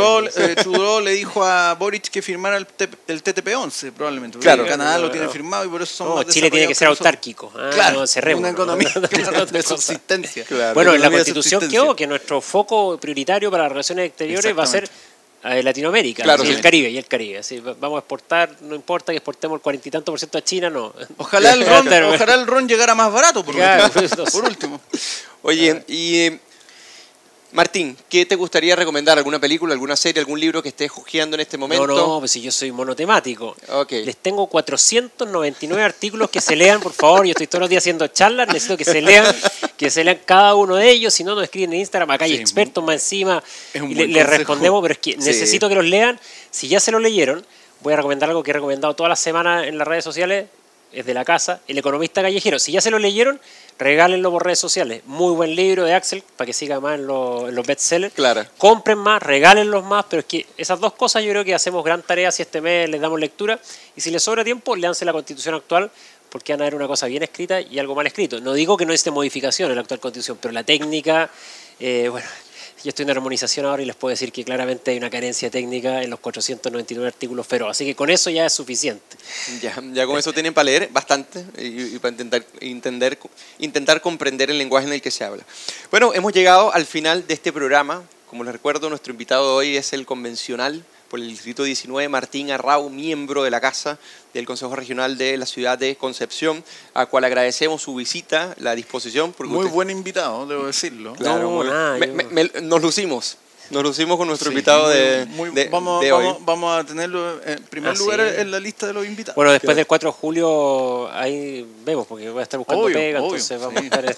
S3: Trudeau le dijo a Boric que firmara el TTP-11, probablemente. Porque
S1: Claro.
S3: Canadá lo tiene firmado y por eso son
S2: No,
S3: más
S2: Chile tiene que ser
S3: desarrollados
S2: autárquico.
S3: Claro,
S2: no, cerremos,
S3: una
S2: ¿no?
S3: economía
S2: Claro,
S3: de subsistencia.
S1: Claro.
S2: Bueno, en la
S3: Economía de
S2: Constitución
S3: subsistencia.
S2: quedó que nuestro foco prioritario para las relaciones exteriores va a ser Latinoamérica,
S1: Claro,
S2: y
S1: sí.
S2: el Caribe. Así, vamos a exportar, no importa que exportemos el 40 y tanto por ciento a China, no.
S3: Ojalá el ron llegara más barato, por
S2: Claro,
S3: último.
S2: no sé.
S3: Por último.
S1: Oye, y Martín, ¿qué te gustaría recomendar? ¿Alguna película, alguna serie, algún libro que estés hojeando en este momento?
S2: No, pues si yo soy monotemático.
S1: Okay.
S2: Les tengo 499 artículos que se lean, por favor. Yo estoy todos los días haciendo charlas, necesito que se lean cada uno de ellos. Si no, nos escriben en Instagram. Acá hay expertos más encima y les respondemos, pero es que necesito que los lean. Si ya se lo leyeron, voy a recomendar algo que he recomendado todas las semanas en las redes sociales. Es de la casa, El economista callejero. Si ya se lo leyeron, regálenlo por redes sociales. Muy buen libro de Axel, para que siga más en los bestsellers.
S1: Claro.
S2: Compren más, regálenlos más, pero es que esas dos cosas yo creo que hacemos gran tarea si este mes les damos lectura. Y si les sobra tiempo, léanse la Constitución actual, porque van a ver una cosa bien escrita y algo mal escrito. No digo que no esté modificación en la actual Constitución, pero la técnica, bueno... Yo estoy en armonización ahora y les puedo decir que claramente hay una carencia técnica en los 499 artículos feroz. Así que con eso ya es suficiente.
S1: Ya con eso tienen para leer bastante y para intentar comprender el lenguaje en el que se habla. Bueno, hemos llegado al final de este programa. Como les recuerdo, nuestro invitado de hoy es el convencional por el Distrito 19, Martín Arrau, miembro de la Casa del Consejo Regional de la ciudad de Concepción, a cual agradecemos su visita, la disposición.
S3: Muy buen invitado, debo decirlo.
S1: Claro, nos lucimos con nuestro invitado de hoy.
S3: Vamos a tenerlo en primer lugar en la lista de los invitados.
S2: Bueno, después del 4 de julio, ahí vemos, porque voy a estar buscando pega, entonces vamos a estar...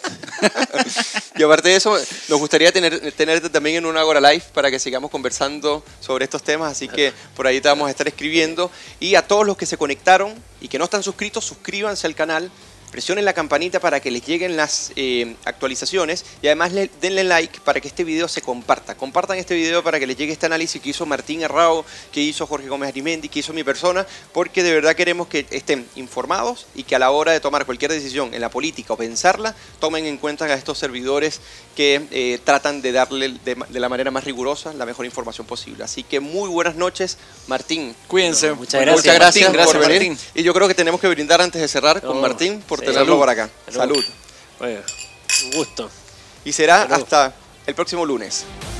S1: Y aparte de eso, nos gustaría tenerte también en una Agora Live para que sigamos conversando sobre estos temas, así que por ahí te vamos a estar escribiendo. Y a todos los que se conectaron y que no están suscritos, suscríbanse al canal, presionen la campanita para que les lleguen las actualizaciones y además denle like para que este video se comparta. Compartan este video para que les llegue este análisis que hizo Martín Arrau, que hizo Jorge Gómez Arimendi, que hizo mi persona, porque de verdad queremos que estén informados y que a la hora de tomar cualquier decisión en la política o pensarla, tomen en cuenta a estos servidores que tratan de darle de la manera más rigurosa la mejor información posible. Así que muy buenas noches, Martín.
S3: Cuídense.
S2: Muchas gracias.
S1: Muchas gracias,
S3: Martín,
S1: por venir.
S3: Martín.
S1: Y yo creo que tenemos que brindar antes de cerrar con Martín por tenerlo por acá.
S2: Salud. Bueno, un gusto.
S1: Y será hasta el próximo lunes.